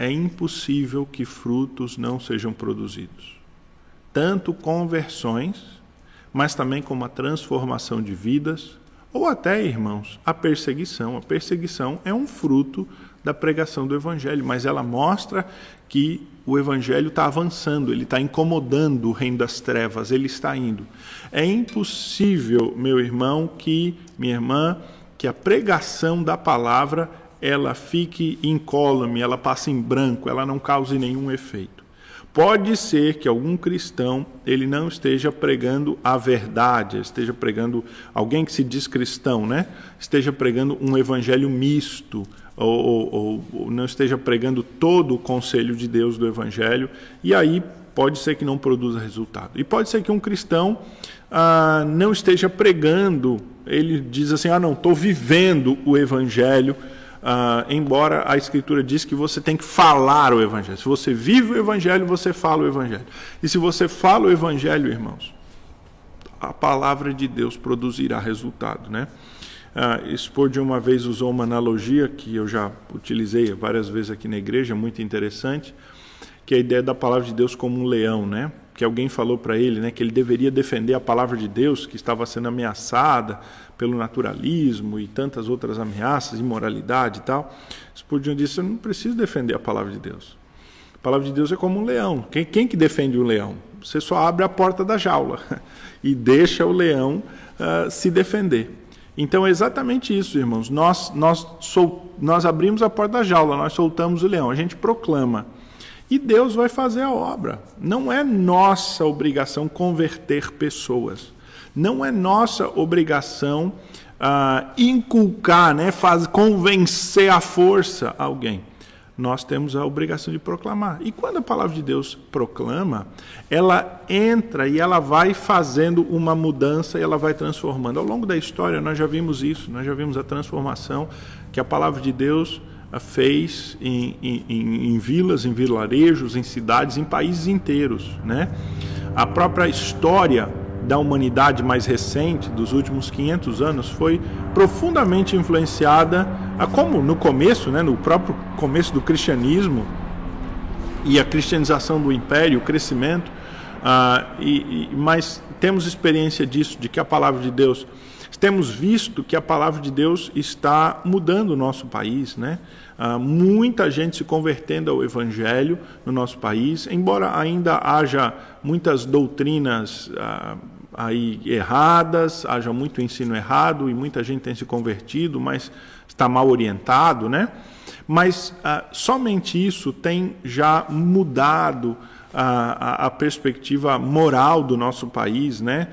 é impossível que frutos não sejam produzidos. Tanto conversões, mas também como a transformação de vidas, ou até, irmãos, a perseguição. A perseguição é um fruto da pregação do Evangelho, mas ela mostra que o Evangelho está avançando, ele está incomodando o reino das trevas, ele está indo. É impossível, meu irmão, minha irmã, que a pregação da palavra ela fique incólume, ela passe em branco, ela não cause nenhum efeito. Pode ser que algum cristão ele não esteja pregando a verdade, esteja pregando, alguém que se diz cristão, né? Esteja pregando um evangelho misto, ou não esteja pregando todo o conselho de Deus do evangelho, e aí pode ser que não produza resultado. E pode ser que um cristão não esteja pregando, ele diz assim, não, estou vivendo o evangelho, embora a Escritura diz que você tem que falar o Evangelho. Se você vive o Evangelho, você fala o Evangelho. E se você fala o Evangelho, irmãos, a palavra de Deus produzirá resultado, né? Spurgeon uma vez usou uma analogia que eu já utilizei várias vezes aqui na igreja, muito interessante, que é a ideia da palavra de Deus como um leão, né? Que alguém falou para ele, né, que ele deveria defender a palavra de Deus, que estava sendo ameaçada pelo naturalismo e tantas outras ameaças, imoralidade e tal. Spurgeon disse, eu não preciso defender a palavra de Deus. A palavra de Deus é como um leão. Quem que defende o leão? Você só abre a porta da jaula e deixa o leão se defender. Então é exatamente isso, irmãos. Nós abrimos a porta da jaula, nós soltamos o leão, a gente proclama. E Deus vai fazer a obra. Não é nossa obrigação converter pessoas. Não é nossa obrigação inculcar, né, convencer à força alguém. Nós temos a obrigação de proclamar. E quando a palavra de Deus proclama, ela entra e ela vai fazendo uma mudança e ela vai transformando. Ao longo da história nós já vimos isso, nós já vimos a transformação que a palavra de Deus fez em vilas, em vilarejos, em cidades, em países inteiros, né? A própria história da humanidade mais recente, dos últimos 500 anos, foi profundamente influenciada, como no começo, né, no próprio começo do cristianismo e a cristianização do império, o crescimento, mas temos experiência disso, de que a palavra de Deus, temos visto que a palavra de Deus está mudando o nosso país, né? Muita gente se convertendo ao Evangelho no nosso país, embora ainda haja muitas doutrinas aí erradas, haja muito ensino errado e muita gente tem se convertido, mas está mal orientado, né? Mas somente isso tem já mudado a perspectiva moral do nosso país, né?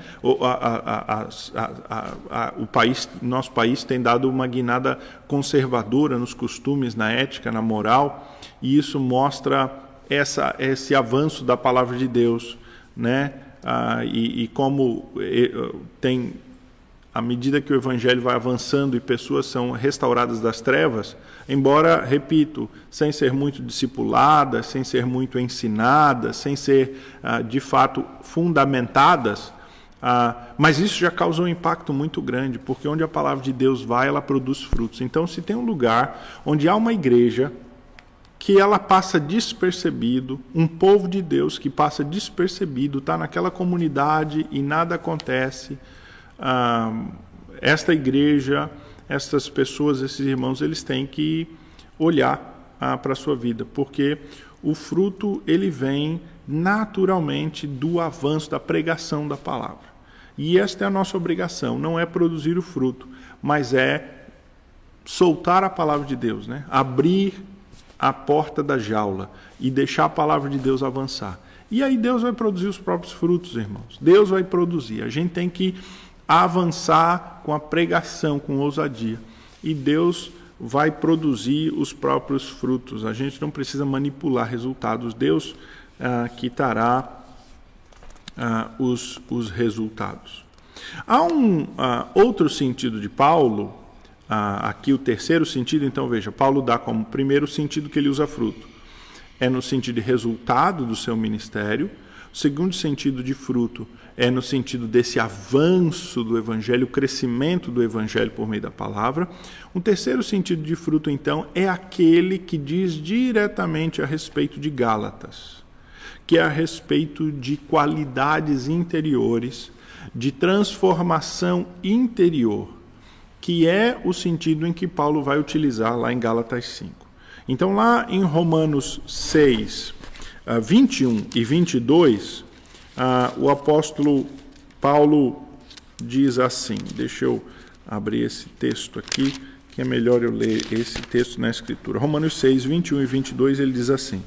Nosso país tem dado uma guinada conservadora nos costumes, na ética, na moral, e isso mostra esse avanço da palavra de Deus, né? E como tem, à medida que o Evangelho vai avançando e pessoas são restauradas das trevas, embora, repito, sem ser muito discipuladas, sem ser muito ensinadas, sem ser, de fato, fundamentadas, mas isso já causou um impacto muito grande, porque onde a palavra de Deus vai, ela produz frutos. Então, se tem um lugar onde há uma igreja que ela passa despercebido, um povo de Deus que passa despercebido, está naquela comunidade e nada acontece, esta igreja, essas pessoas, esses irmãos, eles têm que olhar para a sua vida, porque o fruto ele vem naturalmente do avanço da pregação da palavra. E esta é a nossa obrigação, não é produzir o fruto, mas é soltar a palavra de Deus, né? Abrir a porta da jaula e deixar a palavra de Deus avançar. E aí Deus vai produzir os próprios frutos, irmãos. Deus vai produzir. A gente tem que avançar com a pregação, com ousadia. E Deus vai produzir os próprios frutos. A gente não precisa manipular resultados. Deus quitará os resultados. Há um outro sentido de Paulo, aqui o terceiro sentido, então veja, Paulo dá como primeiro sentido que ele usa fruto. É no sentido de resultado do seu ministério, O segundo sentido de fruto é no sentido desse avanço do Evangelho, o crescimento do Evangelho por meio da palavra. Um terceiro sentido de fruto, então, é aquele que diz diretamente a respeito de Gálatas, que é a respeito de qualidades interiores, de transformação interior, que é o sentido em que Paulo vai utilizar lá em Gálatas 5. Então, lá em Romanos 6, 21 e 22, o apóstolo Paulo diz assim, deixa eu abrir esse texto aqui, que é melhor eu ler esse texto na Escritura. Romanos 6, 21 e 22, ele diz assim.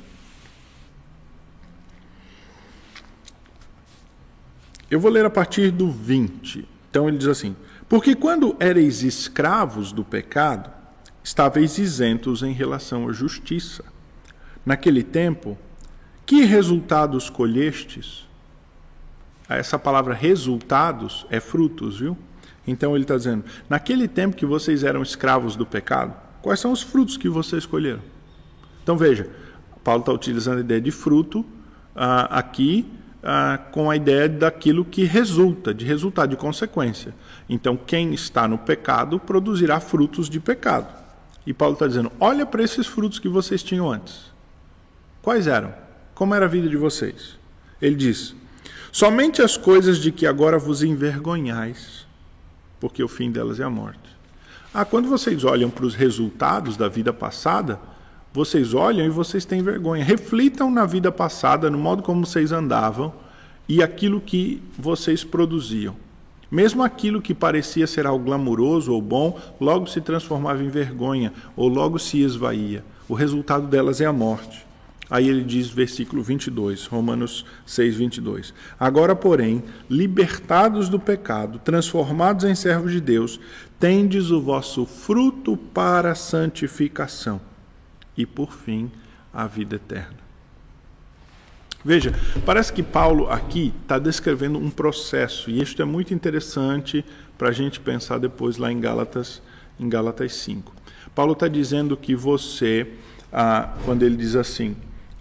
Eu vou ler a partir do 20. Então ele diz assim: porque quando éreis escravos do pecado, estáveis isentos em relação à justiça. Naquele tempo, que resultados colhestes? Essa palavra resultados é frutos, viu? Então ele está dizendo, naquele tempo que vocês eram escravos do pecado, quais são os frutos que vocês colheram? Então veja, Paulo está utilizando a ideia de fruto aqui com a ideia daquilo que resulta, de resultado, de consequência. Então quem está no pecado produzirá frutos de pecado. E Paulo está dizendo, olha para esses frutos que vocês tinham antes. Quais eram? Como era a vida de vocês? Ele diz, somente as coisas de que agora vos envergonhais, porque o fim delas é a morte. Quando vocês olham para os resultados da vida passada, vocês olham e vocês têm vergonha. Reflitam na vida passada, no modo como vocês andavam e aquilo que vocês produziam. Mesmo aquilo que parecia ser algo glamuroso ou bom, logo se transformava em vergonha ou logo se esvaía. O resultado delas é a morte. Aí ele diz, versículo 22, Romanos 6, 22. Agora, porém, libertados do pecado, transformados em servos de Deus, tendes o vosso fruto para a santificação e, por fim, a vida eterna. Veja, parece que Paulo aqui está descrevendo um processo, e isto é muito interessante para a gente pensar depois lá em Gálatas 5. Paulo está dizendo que você, quando ele diz assim,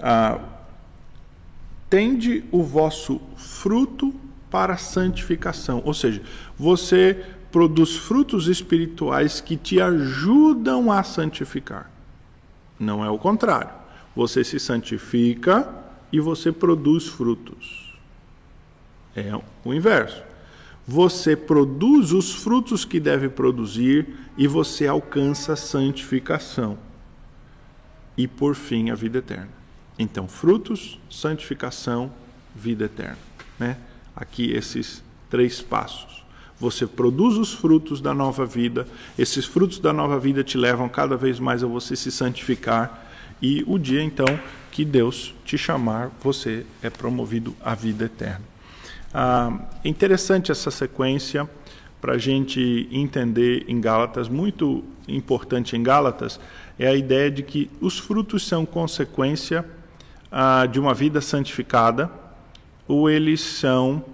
tende o vosso fruto para a santificação. Ou seja, você produz frutos espirituais que te ajudam a santificar. Não é o contrário. Você se santifica e você produz frutos. É o inverso. Você produz os frutos que deve produzir e você alcança a santificação. E, por fim, a vida eterna. Então, frutos, santificação, vida eterna. Né? Aqui esses 3 passos. Você produz os frutos da nova vida, esses frutos da nova vida te levam cada vez mais a você se santificar, e o dia, então, que Deus te chamar, você é promovido à vida eterna. É interessante essa sequência para a gente entender em Gálatas, muito importante em Gálatas, é a ideia de que os frutos são consequência de uma vida santificada, ou eles são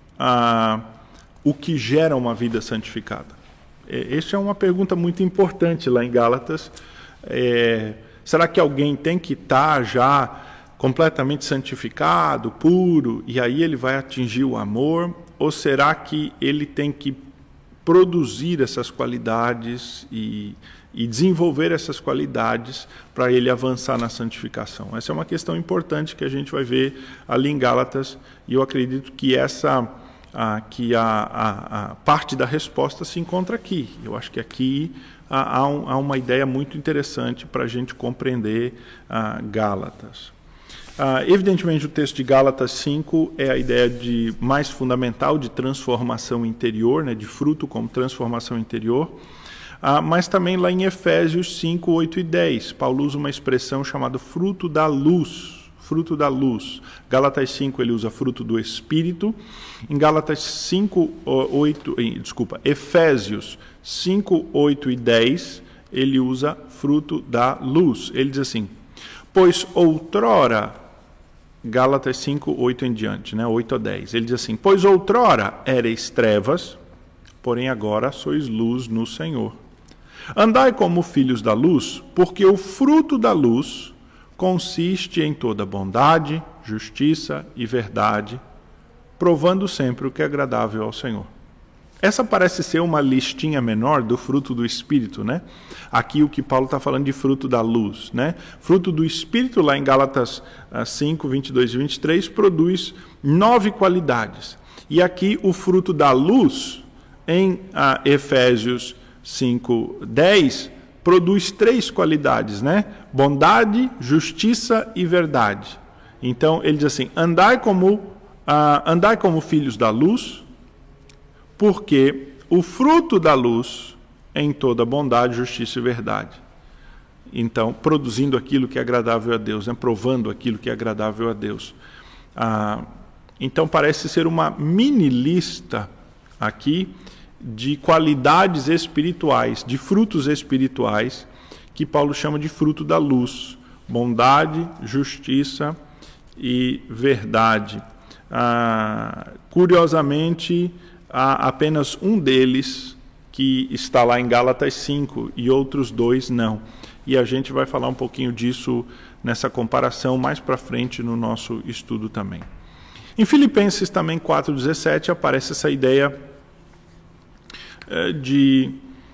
o que gera uma vida santificada? Esta é uma pergunta muito importante lá em Gálatas. Será que alguém tem que estar já completamente santificado, puro, e aí ele vai atingir o amor? Ou será que ele tem que produzir essas qualidades e desenvolver essas qualidades para ele avançar na santificação? Essa é uma questão importante que a gente vai ver ali em Gálatas, e eu acredito que a parte da resposta se encontra aqui. Eu acho que aqui há uma ideia muito interessante para a gente compreender Gálatas. Evidentemente, o texto de Gálatas 5 é a ideia mais fundamental de transformação interior, né, de fruto como transformação interior, mas também lá em Efésios 5, 8 e 10, Paulo usa uma expressão chamada fruto da luz. Fruto da luz. Gálatas 5 ele usa fruto do Espírito. Em Efésios 5, 8 e 10, ele usa fruto da luz. Ele diz assim, pois outrora, Gálatas 5, 8 em diante, né, 8 a 10, ele diz assim, pois outrora éreis trevas, porém agora sois luz no Senhor. Andai como filhos da luz, porque o fruto da luz consiste em toda bondade, justiça e verdade, provando sempre o que é agradável ao Senhor. Essa parece ser uma listinha menor do fruto do Espírito, né? Aqui o que Paulo está falando de fruto da luz, né? Fruto do Espírito, lá em Gálatas 5, 22 e 23, produz 9 qualidades. E aqui o fruto da luz, em Efésios 5, 10, produz 3 qualidades, né? Bondade, justiça e verdade. Então ele diz assim, andai como filhos da luz, porque o fruto da luz é em toda bondade, justiça e verdade. Então, produzindo aquilo que é agradável a Deus, né? Provando aquilo que é agradável a Deus. Então, parece ser uma mini lista aqui de qualidades espirituais, de frutos espirituais, que Paulo chama de fruto da luz. Bondade, justiça e verdade. Curiosamente, há apenas um deles que está lá em Gálatas 5 e outros 2 não. E a gente vai falar um pouquinho disso nessa comparação mais para frente no nosso estudo também. Em Filipenses também 4,17 aparece essa ideia de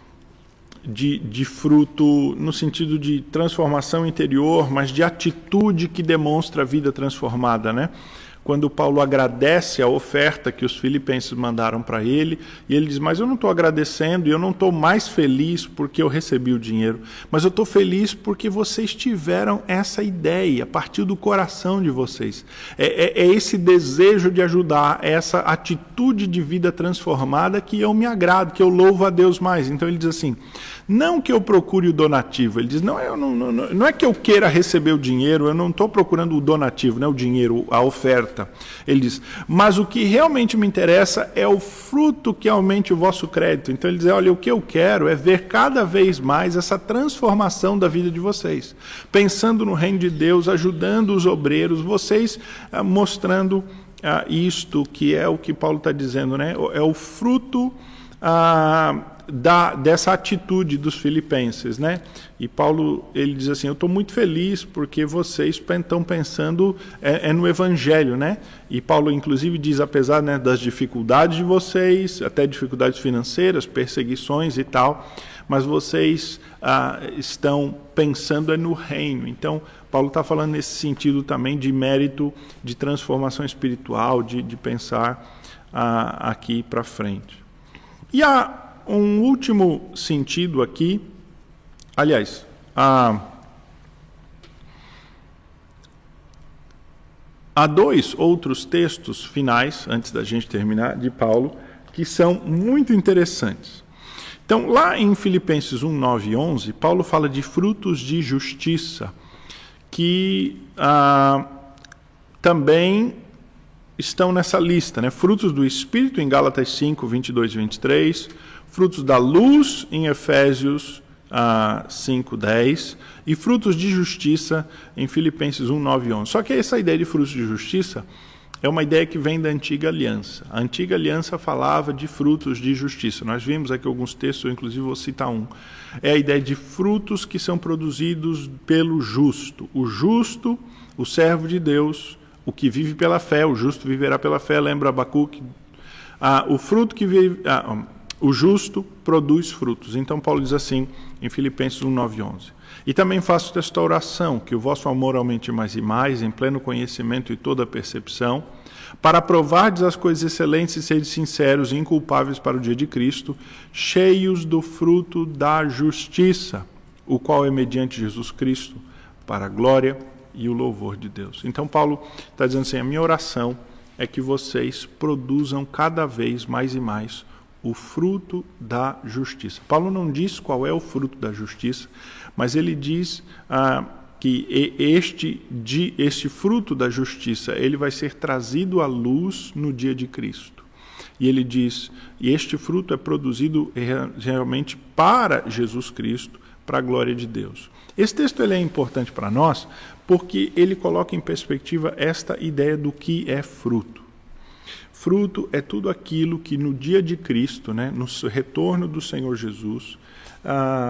fruto no sentido de transformação interior, mas de atitude que demonstra a vida transformada, né? Quando Paulo agradece a oferta que os filipenses mandaram para ele, e ele diz, mas eu não estou agradecendo, e eu não estou mais feliz porque eu recebi o dinheiro, mas eu estou feliz porque vocês tiveram essa ideia, partiu do coração de vocês. É esse desejo de ajudar, essa atitude de vida transformada que eu me agrado, que eu louvo a Deus mais. Então ele diz assim, não que eu procure o donativo, ele diz, não é que eu queira receber o dinheiro, eu não estou procurando o donativo, né, o dinheiro, a oferta. Ele diz, mas o que realmente me interessa é o fruto que aumente o vosso crédito. Então ele diz, olha, o que eu quero é ver cada vez mais essa transformação da vida de vocês, pensando no reino de Deus, ajudando os obreiros, vocês mostrando isto que é o que Paulo está dizendo, né? É o fruto dessa atitude dos filipenses, né? E Paulo, ele diz assim, eu estou muito feliz porque vocês estão pensando no Evangelho, né? E Paulo, inclusive, diz, apesar, né, das dificuldades de vocês, até dificuldades financeiras, perseguições e tal, mas vocês estão pensando no reino. Então, Paulo está falando nesse sentido também de mérito, de transformação espiritual, de pensar aqui para frente. E há um último sentido aqui, aliás, há 2 outros textos finais, antes da gente terminar, de Paulo, que são muito interessantes. Então, lá em Filipenses 1, 9 e 11, Paulo fala de frutos de justiça, que também estão nessa lista, né? Frutos do Espírito em Gálatas 5, 22 e 23, frutos da luz em Efésios 5, 10 e frutos de justiça em Filipenses 1, 9 e 11. Só que essa ideia de frutos de justiça é uma ideia que vem da Antiga Aliança. A Antiga Aliança falava de frutos de justiça. Nós vimos aqui alguns textos, eu inclusive vou citar um. É a ideia de frutos que são produzidos pelo justo. O justo, o servo de Deus, o que vive pela fé, o justo viverá pela fé, lembra Abacuque? O fruto que vive... o justo produz frutos. Então Paulo diz assim, em Filipenses 1, 9 e 11. E também faço esta oração, que o vosso amor aumente mais e mais, em pleno conhecimento e toda percepção, para provardes as coisas excelentes e seres sinceros e inculpáveis para o dia de Cristo, cheios do fruto da justiça, o qual é mediante Jesus Cristo, para a glória e o louvor de Deus. Então Paulo está dizendo assim, a minha oração é que vocês produzam cada vez mais e mais o fruto da justiça. Paulo não diz qual é o fruto da justiça, mas ele diz que este fruto da justiça ele vai ser trazido à luz no dia de Cristo. E ele diz, e este fruto é produzido realmente para Jesus Cristo, para a glória de Deus. Esse texto ele é importante para nós porque ele coloca em perspectiva esta ideia do que é fruto. Fruto é tudo aquilo que no dia de Cristo, né, no retorno do Senhor Jesus,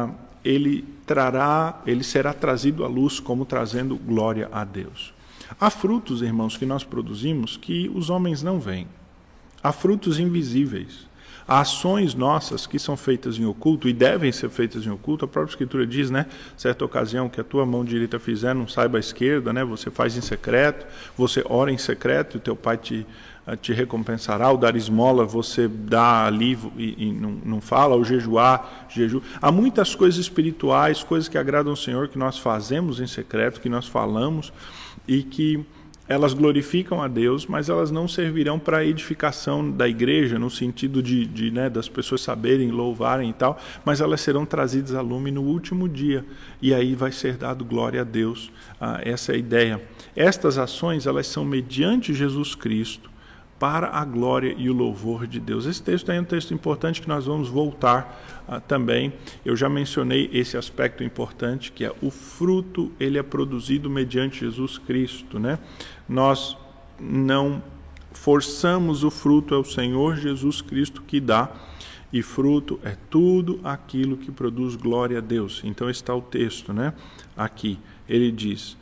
ele será trazido à luz como trazendo glória a Deus. Há frutos, irmãos, que nós produzimos que os homens não veem. Há frutos invisíveis. Há ações nossas que são feitas em oculto e devem ser feitas em oculto. A própria Escritura diz, né, certa ocasião, que a tua mão direita fizer, não saiba a esquerda, né, você faz em secreto, você ora em secreto e teu pai te recompensará. Ao dar esmola, você dá ali e não fala. Ao jejuar, jejum. Há muitas coisas espirituais, coisas que agradam ao Senhor, que nós fazemos em secreto, que nós falamos e que elas glorificam a Deus, mas elas não servirão para a edificação da igreja, no sentido né, das pessoas saberem, louvarem e tal, mas elas serão trazidas a lume no último dia, e aí vai ser dado glória a Deus. Essa é a ideia. Estas ações, elas são mediante Jesus Cristo, para a glória e o louvor de Deus. Esse texto é um texto importante que nós vamos voltar também. Eu já mencionei esse aspecto importante, que é o fruto, ele é produzido mediante Jesus Cristo, né? Nós não forçamos o fruto, é o Senhor Jesus Cristo que dá, e fruto é tudo aquilo que produz glória a Deus. Então está o texto, né? Aqui, ele diz...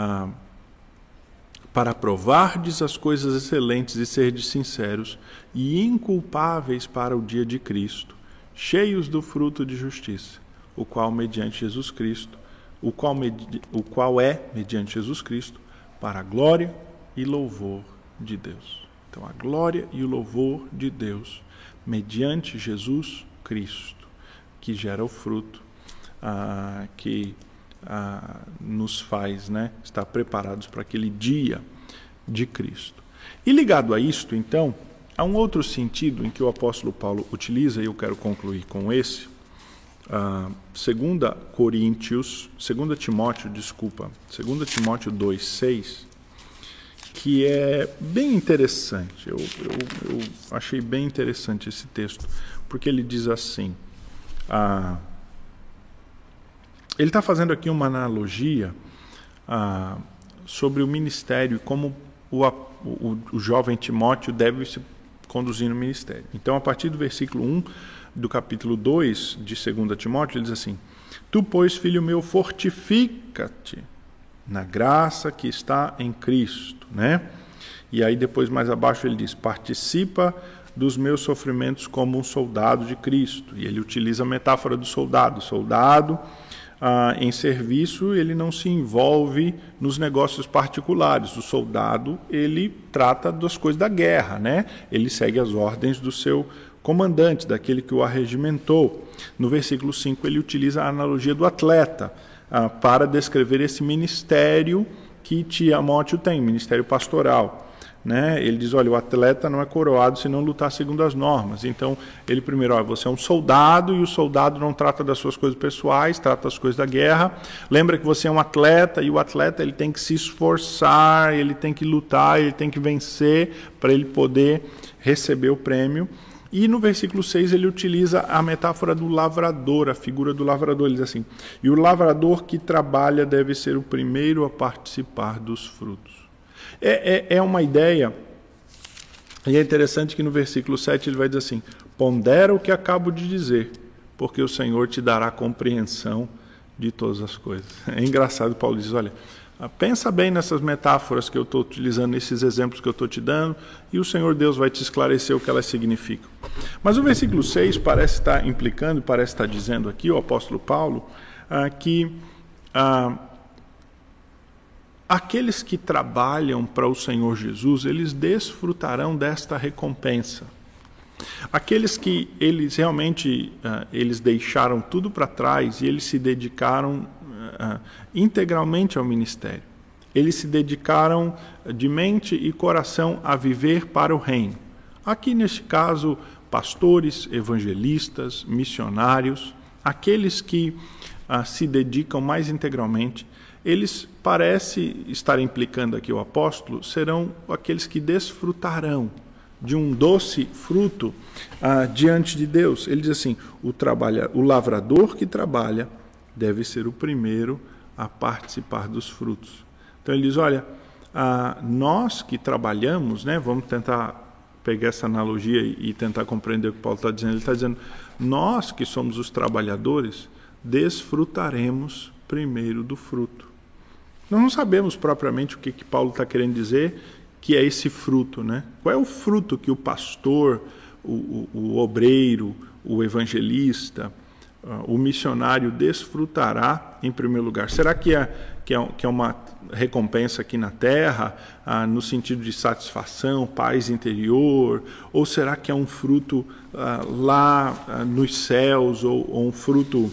para provardes as coisas excelentes e serdes sinceros e inculpáveis para o dia de Cristo, cheios do fruto de justiça, o qual mediante Jesus Cristo, o qual é mediante Jesus Cristo, para a glória e louvor de Deus. Então, a glória e o louvor de Deus, mediante Jesus Cristo, que gera o fruto, que nos faz, né, estar preparados para aquele dia de Cristo. E ligado a isto, então, há um outro sentido em que o apóstolo Paulo utiliza, e eu quero concluir com esse, 2 Timóteo 2,6, que é bem interessante. Eu achei bem interessante esse texto, porque ele diz assim... Ele está fazendo aqui uma analogia sobre o ministério, como o jovem Timóteo deve se conduzir no ministério. Então, a partir do versículo 1 do capítulo 2 de 2 Timóteo, ele diz assim: Tu, pois, filho meu, fortifica-te na graça que está em Cristo, né? E aí depois, mais abaixo, ele diz: participa dos meus sofrimentos como um soldado de Cristo. E ele utiliza a metáfora do soldado. Soldado... em serviço, ele não se envolve nos negócios particulares. O soldado, ele trata das coisas da guerra, né? Ele segue as ordens do seu comandante, daquele que o arregimentou. No versículo 5, ele utiliza a analogia do atleta para descrever esse ministério que Timóteo tem, ministério pastoral. Né? Ele diz, olha, o atleta não é coroado se não lutar segundo as normas. Então, ele primeiro, olha, você é um soldado, e o soldado não trata das suas coisas pessoais, trata das coisas da guerra. Lembra que você é um atleta, e o atleta ele tem que se esforçar, ele tem que lutar, ele tem que vencer para ele poder receber o prêmio. E no versículo 6 ele utiliza a metáfora do lavrador, a figura do lavrador. Ele diz assim: e o lavrador que trabalha deve ser o primeiro a participar dos frutos. É uma ideia, e é interessante que no versículo 7 ele vai dizer assim: pondera o que acabo de dizer, porque o Senhor te dará compreensão de todas as coisas. É engraçado, Paulo diz, olha, pensa bem nessas metáforas que eu estou utilizando, nesses exemplos que eu estou te dando, e o Senhor Deus vai te esclarecer o que elas significam. Mas o versículo 6 parece estar implicando, parece estar dizendo aqui, o apóstolo Paulo, que aqueles que trabalham para o Senhor Jesus, eles desfrutarão desta recompensa. Aqueles que eles realmente eles deixaram tudo para trás e eles se dedicaram integralmente ao ministério. Eles se dedicaram de mente e coração a viver para o reino. Aqui, neste caso, pastores, evangelistas, missionários, aqueles que se dedicam mais integralmente, eles, parece estar implicando aqui o apóstolo, serão aqueles que desfrutarão de um doce fruto diante de Deus. Ele diz assim: o lavrador que trabalha deve ser o primeiro a participar dos frutos. Então ele diz, olha, nós que trabalhamos, né, vamos tentar pegar essa analogia e tentar compreender o que Paulo está dizendo. Ele está dizendo, nós que somos os trabalhadores, desfrutaremos primeiro do fruto. Nós não sabemos propriamente o que Paulo está querendo dizer que é esse fruto, né? Qual é o fruto que o pastor, o obreiro, o evangelista, o missionário desfrutará em primeiro lugar? Será que é uma recompensa aqui na terra, no sentido de satisfação, paz interior? Ou será que é um fruto lá nos céus, ou um fruto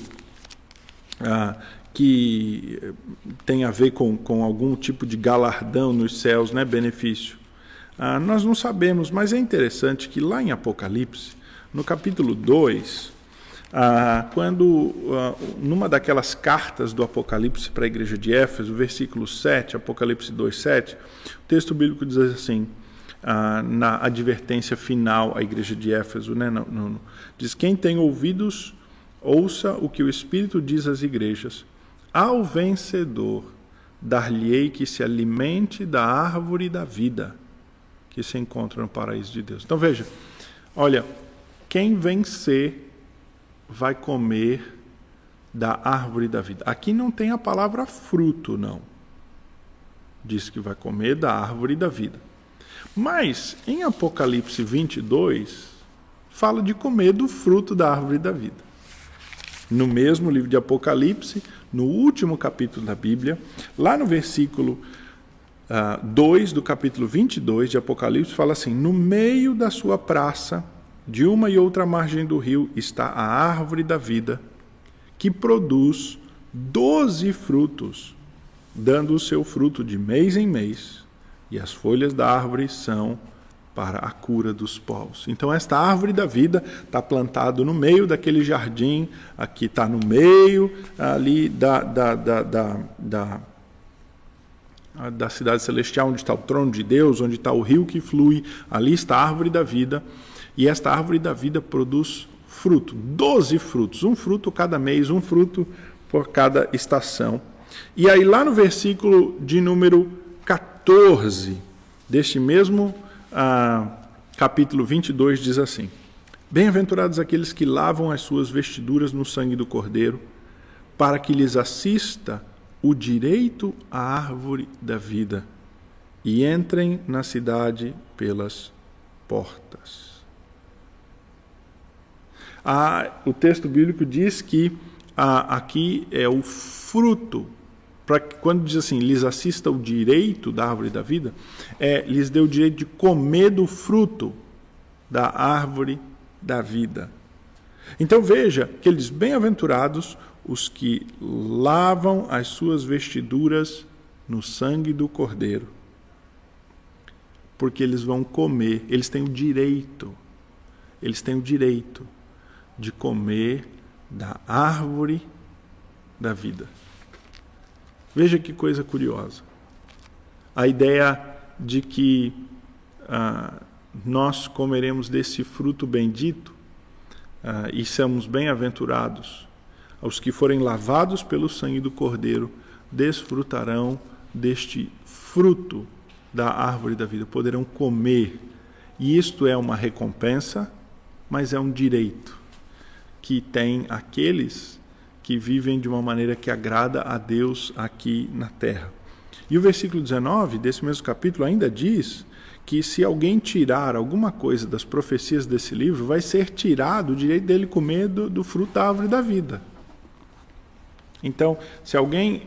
que tem a ver com algum tipo de galardão nos céus, né, benefício? Nós não sabemos, mas é interessante que lá em Apocalipse, no capítulo 2, quando numa daquelas cartas do Apocalipse para a igreja de Éfeso, versículo 7, Apocalipse 2:7, o texto bíblico diz assim, na advertência final à igreja de Éfeso, né, diz: quem tem ouvidos, ouça o que o Espírito diz às igrejas. Ao vencedor, dar-lhe-ei que se alimente da árvore da vida, que se encontra no paraíso de Deus. Então veja, olha, quem vencer vai comer da árvore da vida. Aqui não tem a palavra fruto, não. Diz que vai comer da árvore da vida. Mas, em Apocalipse 22, fala de comer do fruto da árvore da vida. No mesmo livro de Apocalipse, no último capítulo da Bíblia, lá no versículo 2 do capítulo 22 de Apocalipse, fala assim: no meio da sua praça, de uma e outra margem do rio, está a árvore da vida, que produz 12 frutos, dando o seu fruto de mês em mês, e as folhas da árvore são para a cura dos povos. Então esta árvore da vida está plantada no meio daquele jardim, aqui está no meio ali da cidade celestial, onde está o trono de Deus, onde está o rio que flui, ali está a árvore da vida, e esta árvore da vida produz fruto, 12 frutos, um fruto cada mês, um fruto por cada estação. E aí lá no versículo de número 14, deste mesmo capítulo 22, diz assim: bem-aventurados aqueles que lavam as suas vestiduras no sangue do Cordeiro, para que lhes assista o direito à árvore da vida, e entrem na cidade pelas portas. O texto bíblico diz que aqui é o fruto. Quando diz assim, lhes assista o direito da árvore da vida, lhes deu o direito de comer do fruto da árvore da vida. Então veja que ele diz: bem-aventurados os que lavam as suas vestiduras no sangue do Cordeiro, porque eles vão comer, eles têm o direito de comer da árvore da vida. Veja que coisa curiosa. A ideia de que nós comeremos desse fruto bendito e somos bem-aventurados. Os que forem lavados pelo sangue do Cordeiro desfrutarão deste fruto da árvore da vida, poderão comer. E isto é uma recompensa, mas é um direito que tem aqueles que vivem de uma maneira que agrada a Deus aqui na terra. E o versículo 19 desse mesmo capítulo ainda diz que se alguém tirar alguma coisa das profecias desse livro, vai ser tirado o direito dele comer do fruto da árvore da vida. Então, se alguém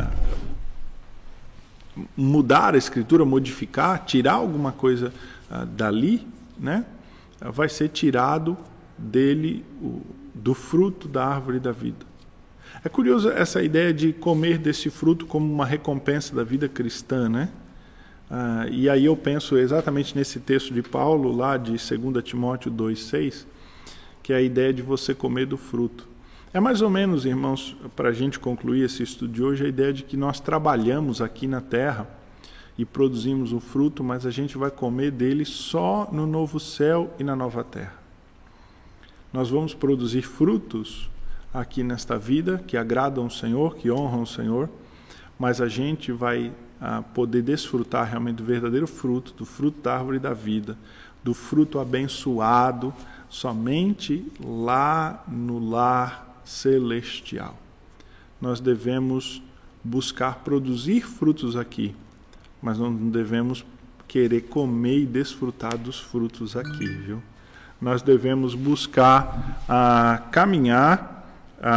mudar a escritura, modificar, tirar alguma coisa dali, né, vai ser tirado dele do fruto da árvore da vida. É curioso essa ideia de comer desse fruto como uma recompensa da vida cristã, né? E aí eu penso exatamente nesse texto de Paulo, lá de 2 Timóteo 2,6, que é a ideia de você comer do fruto. É mais ou menos, irmãos, para a gente concluir esse estudo de hoje, a ideia de que nós trabalhamos aqui na terra e produzimos o fruto, mas a gente vai comer dele só no novo céu e na nova terra. Nós vamos produzir frutos aqui nesta vida que agradam o Senhor, que honram o Senhor, mas a gente vai poder desfrutar realmente do verdadeiro fruto, do fruto da árvore da vida, do fruto abençoado, somente lá no lar celestial. Nós devemos buscar produzir frutos aqui, mas não devemos querer comer e desfrutar dos frutos aqui, viu? Nós devemos buscar caminhar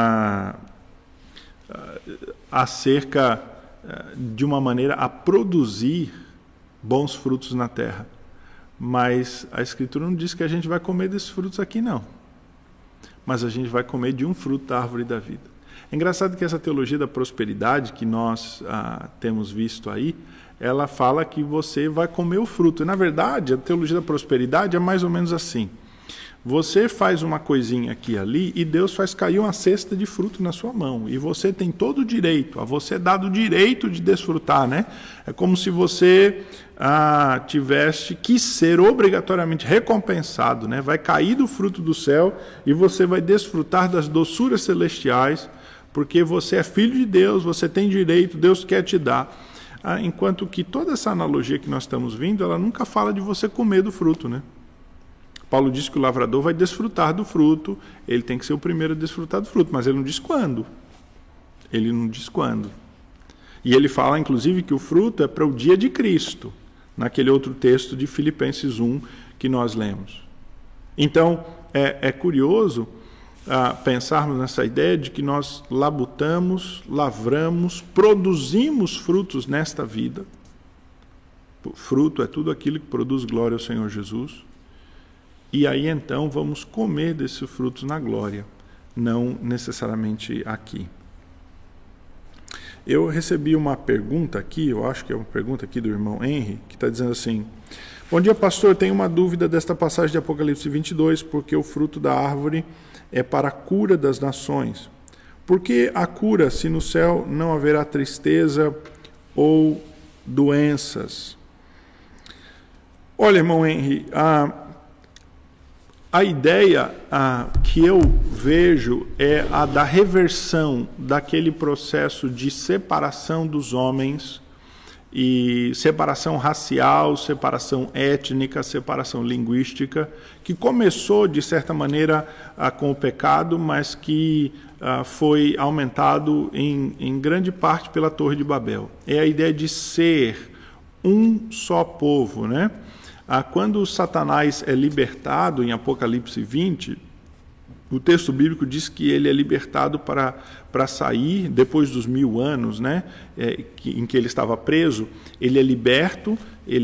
acerca de uma maneira a produzir bons frutos na terra. Mas a Escritura não diz que a gente vai comer desses frutos aqui, não. Mas a gente vai comer de um fruto da árvore da vida. É engraçado que essa teologia da prosperidade que nós temos visto aí, ela fala que você vai comer o fruto. E, na verdade, a teologia da prosperidade é mais ou menos assim. Você faz uma coisinha aqui e ali e Deus faz cair uma cesta de fruto na sua mão. E você tem todo o direito, a você é dado o direito de desfrutar, né? É como se você tivesse que ser obrigatoriamente recompensado, né? Vai cair do fruto do céu e você vai desfrutar das doçuras celestiais, porque você é filho de Deus, você tem direito, Deus quer te dar. Enquanto que toda essa analogia que nós estamos vendo, ela nunca fala de você comer do fruto, né? Paulo diz que o lavrador vai desfrutar do fruto, ele tem que ser o primeiro a desfrutar do fruto, mas ele não diz quando. Ele não diz quando. E ele fala, inclusive, que o fruto é para o dia de Cristo, naquele outro texto de Filipenses 1 que nós lemos. Então, é curioso pensarmos nessa ideia de que nós labutamos, lavramos, produzimos frutos nesta vida. Fruto é tudo aquilo que produz glória ao Senhor Jesus. E aí então vamos comer desses frutos na glória, não necessariamente aqui. Eu recebi uma pergunta aqui, eu acho que é uma pergunta aqui do irmão Henry, que está dizendo assim: bom dia, pastor, tenho uma dúvida desta passagem de Apocalipse 22, porque o fruto da árvore é para a cura das nações. Por que a cura, se no céu não haverá tristeza ou doenças? Olha, irmão Henry, a ideia que eu vejo é a da reversão daquele processo de separação dos homens, e separação racial, separação étnica, separação linguística, que começou, de certa maneira, com o pecado, mas que foi aumentado em grande parte pela Torre de Babel. É a ideia de ser um só povo, né? Quando Satanás é libertado em Apocalipse 20, o texto bíblico diz que ele é libertado para sair depois dos 1000 anos, né, em que ele estava preso. Ele é liberto,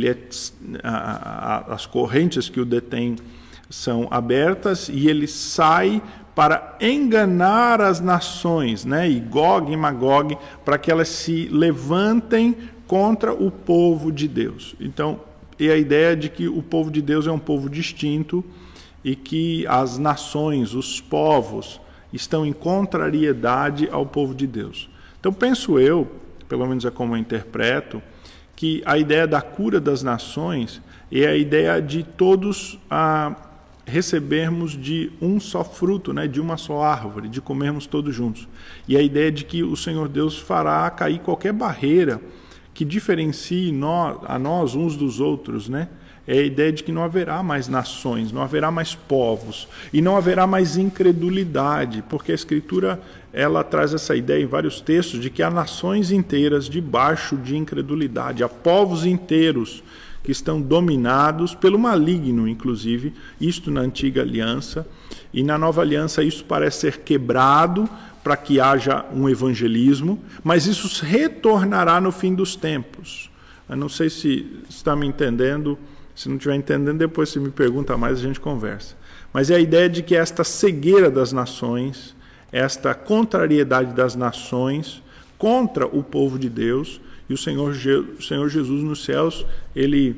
as correntes que o detêm são abertas e ele sai para enganar as nações, né, e Gog e Magog, para que elas se levantem contra o povo de Deus. Então, e a ideia de que o povo de Deus é um povo distinto e que as nações, os povos, estão em contrariedade ao povo de Deus. Então penso eu, pelo menos é como eu interpreto, que a ideia da cura das nações é a ideia de todos recebermos de um só fruto, né, de uma só árvore, de comermos todos juntos. E a ideia de que o Senhor Deus fará cair qualquer barreira que diferencie a nós uns dos outros, né? É a ideia de que não haverá mais nações, não haverá mais povos, e não haverá mais incredulidade, porque a Escritura ela traz essa ideia em vários textos de que há nações inteiras debaixo de incredulidade, há povos inteiros que estão dominados pelo maligno, inclusive, isto na antiga aliança, e na nova aliança isso parece ser quebrado, para que haja um evangelismo, mas isso retornará no fim dos tempos. Eu não sei se está me entendendo, se não estiver entendendo, depois se me pergunta mais, a gente conversa. Mas é a ideia de que esta cegueira das nações, esta contrariedade das nações contra o povo de Deus, e o Senhor Jesus nos céus, ele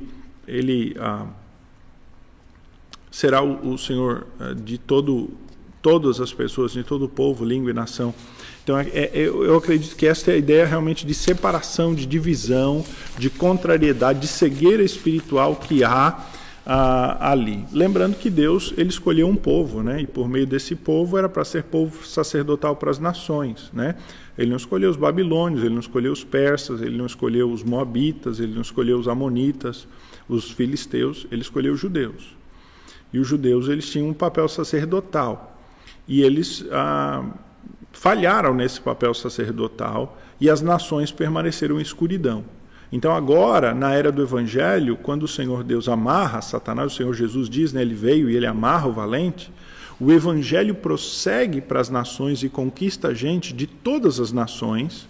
será o Senhor de todas as pessoas, de todo o povo, língua e nação. Então, eu acredito que esta é a ideia realmente de separação, de divisão, de contrariedade, de cegueira espiritual que há ali. Lembrando que Deus ele escolheu um povo, né? E por meio desse povo era para ser povo sacerdotal para as nações, né? Ele não escolheu os babilônios, ele não escolheu os persas, ele não escolheu os moabitas, ele não escolheu os amonitas, os filisteus, ele escolheu os judeus. E os judeus eles tinham um papel sacerdotal. E eles falharam nesse papel sacerdotal e as nações permaneceram em escuridão. Então agora, na era do Evangelho, quando o Senhor Deus amarra Satanás, o Senhor Jesus diz, né, ele veio e ele amarra o valente, o Evangelho prossegue para as nações e conquista a gente de todas as nações,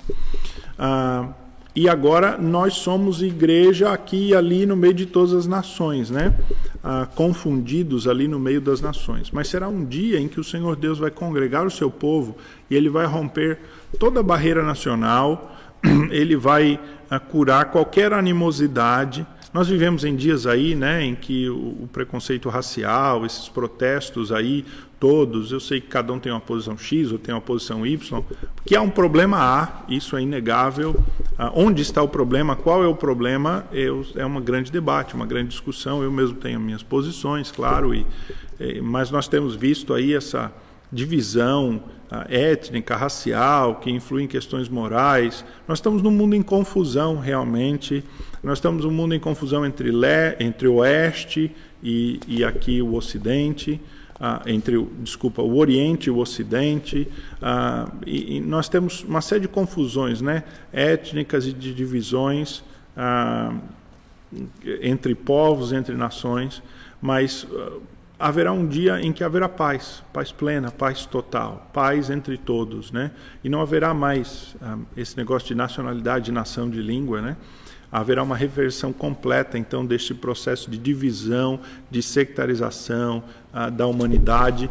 e agora nós somos igreja aqui e ali no meio de todas as nações, né? Confundidos ali no meio das nações. Mas será um dia em que o Senhor Deus vai congregar o seu povo e ele vai romper toda a barreira nacional, ele vai curar qualquer animosidade. Nós vivemos em dias aí, né, em que o preconceito racial, esses protestos aí, todos, eu sei que cada um tem uma posição X ou tem uma posição Y, que há um problema A, isso é inegável. Onde está o problema, qual é o problema, é um grande debate, uma grande discussão. Eu mesmo tenho minhas posições, claro, mas nós temos visto aí essa divisão étnica, racial, que influi em questões morais. Nós estamos num mundo em confusão, realmente. Nós estamos num mundo em confusão entre o Oeste e aqui o Ocidente, o Oriente e o Ocidente, e nós temos uma série de confusões, né, étnicas e de divisões entre povos, entre nações, mas haverá um dia em que haverá paz plena, paz total, paz entre todos, né? E não haverá mais esse negócio de nacionalidade, de nação, de língua, né? Haverá uma reversão completa, então, deste processo de divisão, de sectarização da humanidade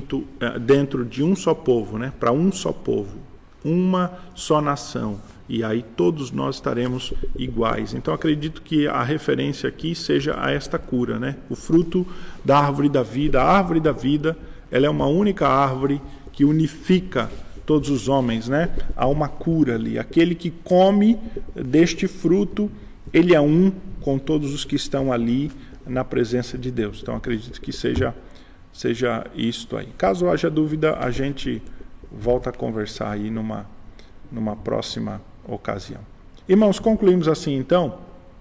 dentro de um só povo, né? Para um só povo, uma só nação. E aí todos nós estaremos iguais. Então acredito que a referência aqui seja a esta cura, né? O fruto da árvore da vida. A árvore da vida, ela é uma única árvore que unifica todos os homens, né? Há uma cura ali. Aquele que come deste fruto, ele é um com todos os que estão ali na presença de Deus. Então acredito que seja isto aí. Caso haja dúvida, a gente volta a conversar aí numa próxima ocasião. Irmãos, concluímos assim então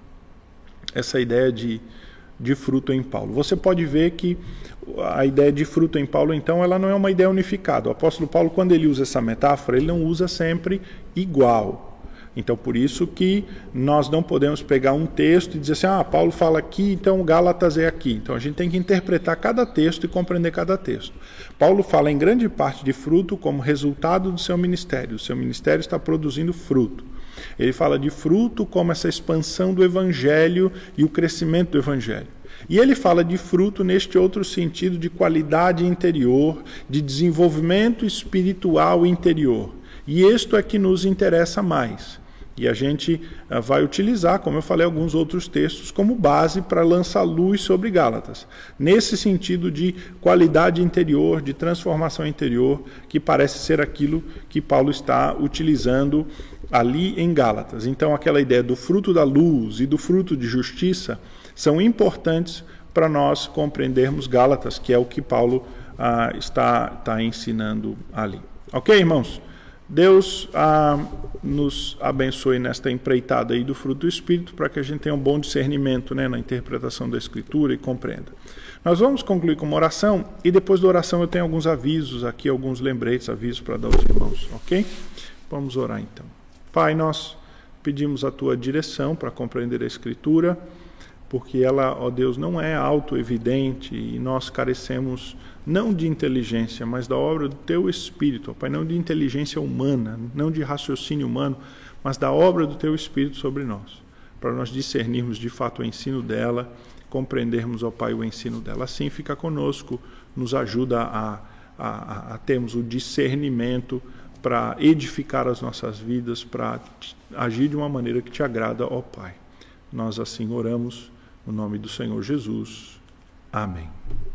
essa ideia de fruto em Paulo. Você pode ver que a ideia de fruto em Paulo, então, ela não é uma ideia unificada. O apóstolo Paulo, quando ele usa essa metáfora, ele não usa sempre igual. Então, por isso que nós não podemos pegar um texto e dizer assim, Paulo fala aqui, então Gálatas é aqui. Então, a gente tem que interpretar cada texto e compreender cada texto. Paulo fala em grande parte de fruto como resultado do seu ministério. O seu ministério está produzindo fruto. Ele fala de fruto como essa expansão do Evangelho e o crescimento do Evangelho. E ele fala de fruto neste outro sentido de qualidade interior, de desenvolvimento espiritual interior. E isto é que nos interessa mais. E a gente vai utilizar, como eu falei, alguns outros textos como base para lançar luz sobre Gálatas. Nesse sentido de qualidade interior, de transformação interior, que parece ser aquilo que Paulo está utilizando ali em Gálatas. Então, aquela ideia do fruto da luz e do fruto de justiça são importantes para nós compreendermos Gálatas, que é o que Paulo está ensinando ali. Ok, irmãos? Deus nos abençoe nesta empreitada aí do fruto do Espírito, para que a gente tenha um bom discernimento, né, na interpretação da Escritura e compreenda. Nós vamos concluir com uma oração, e depois da oração eu tenho alguns avisos aqui, alguns lembretes, avisos para dar aos irmãos, ok? Vamos orar então. Pai, nós pedimos a Tua direção para compreender a Escritura, porque ela, ó Deus, não é auto-evidente e nós carecemos não de inteligência, mas da obra do Teu Espírito, ó Pai, não de inteligência humana, não de raciocínio humano, mas da obra do Teu Espírito sobre nós, para nós discernirmos de fato o ensino dela, compreendermos, ó Pai, o ensino dela. Assim fica conosco, nos ajuda a termos o discernimento para edificar as nossas vidas, para agir de uma maneira que Te agrada, ó Pai. Nós assim oramos, no nome do Senhor Jesus. Amém.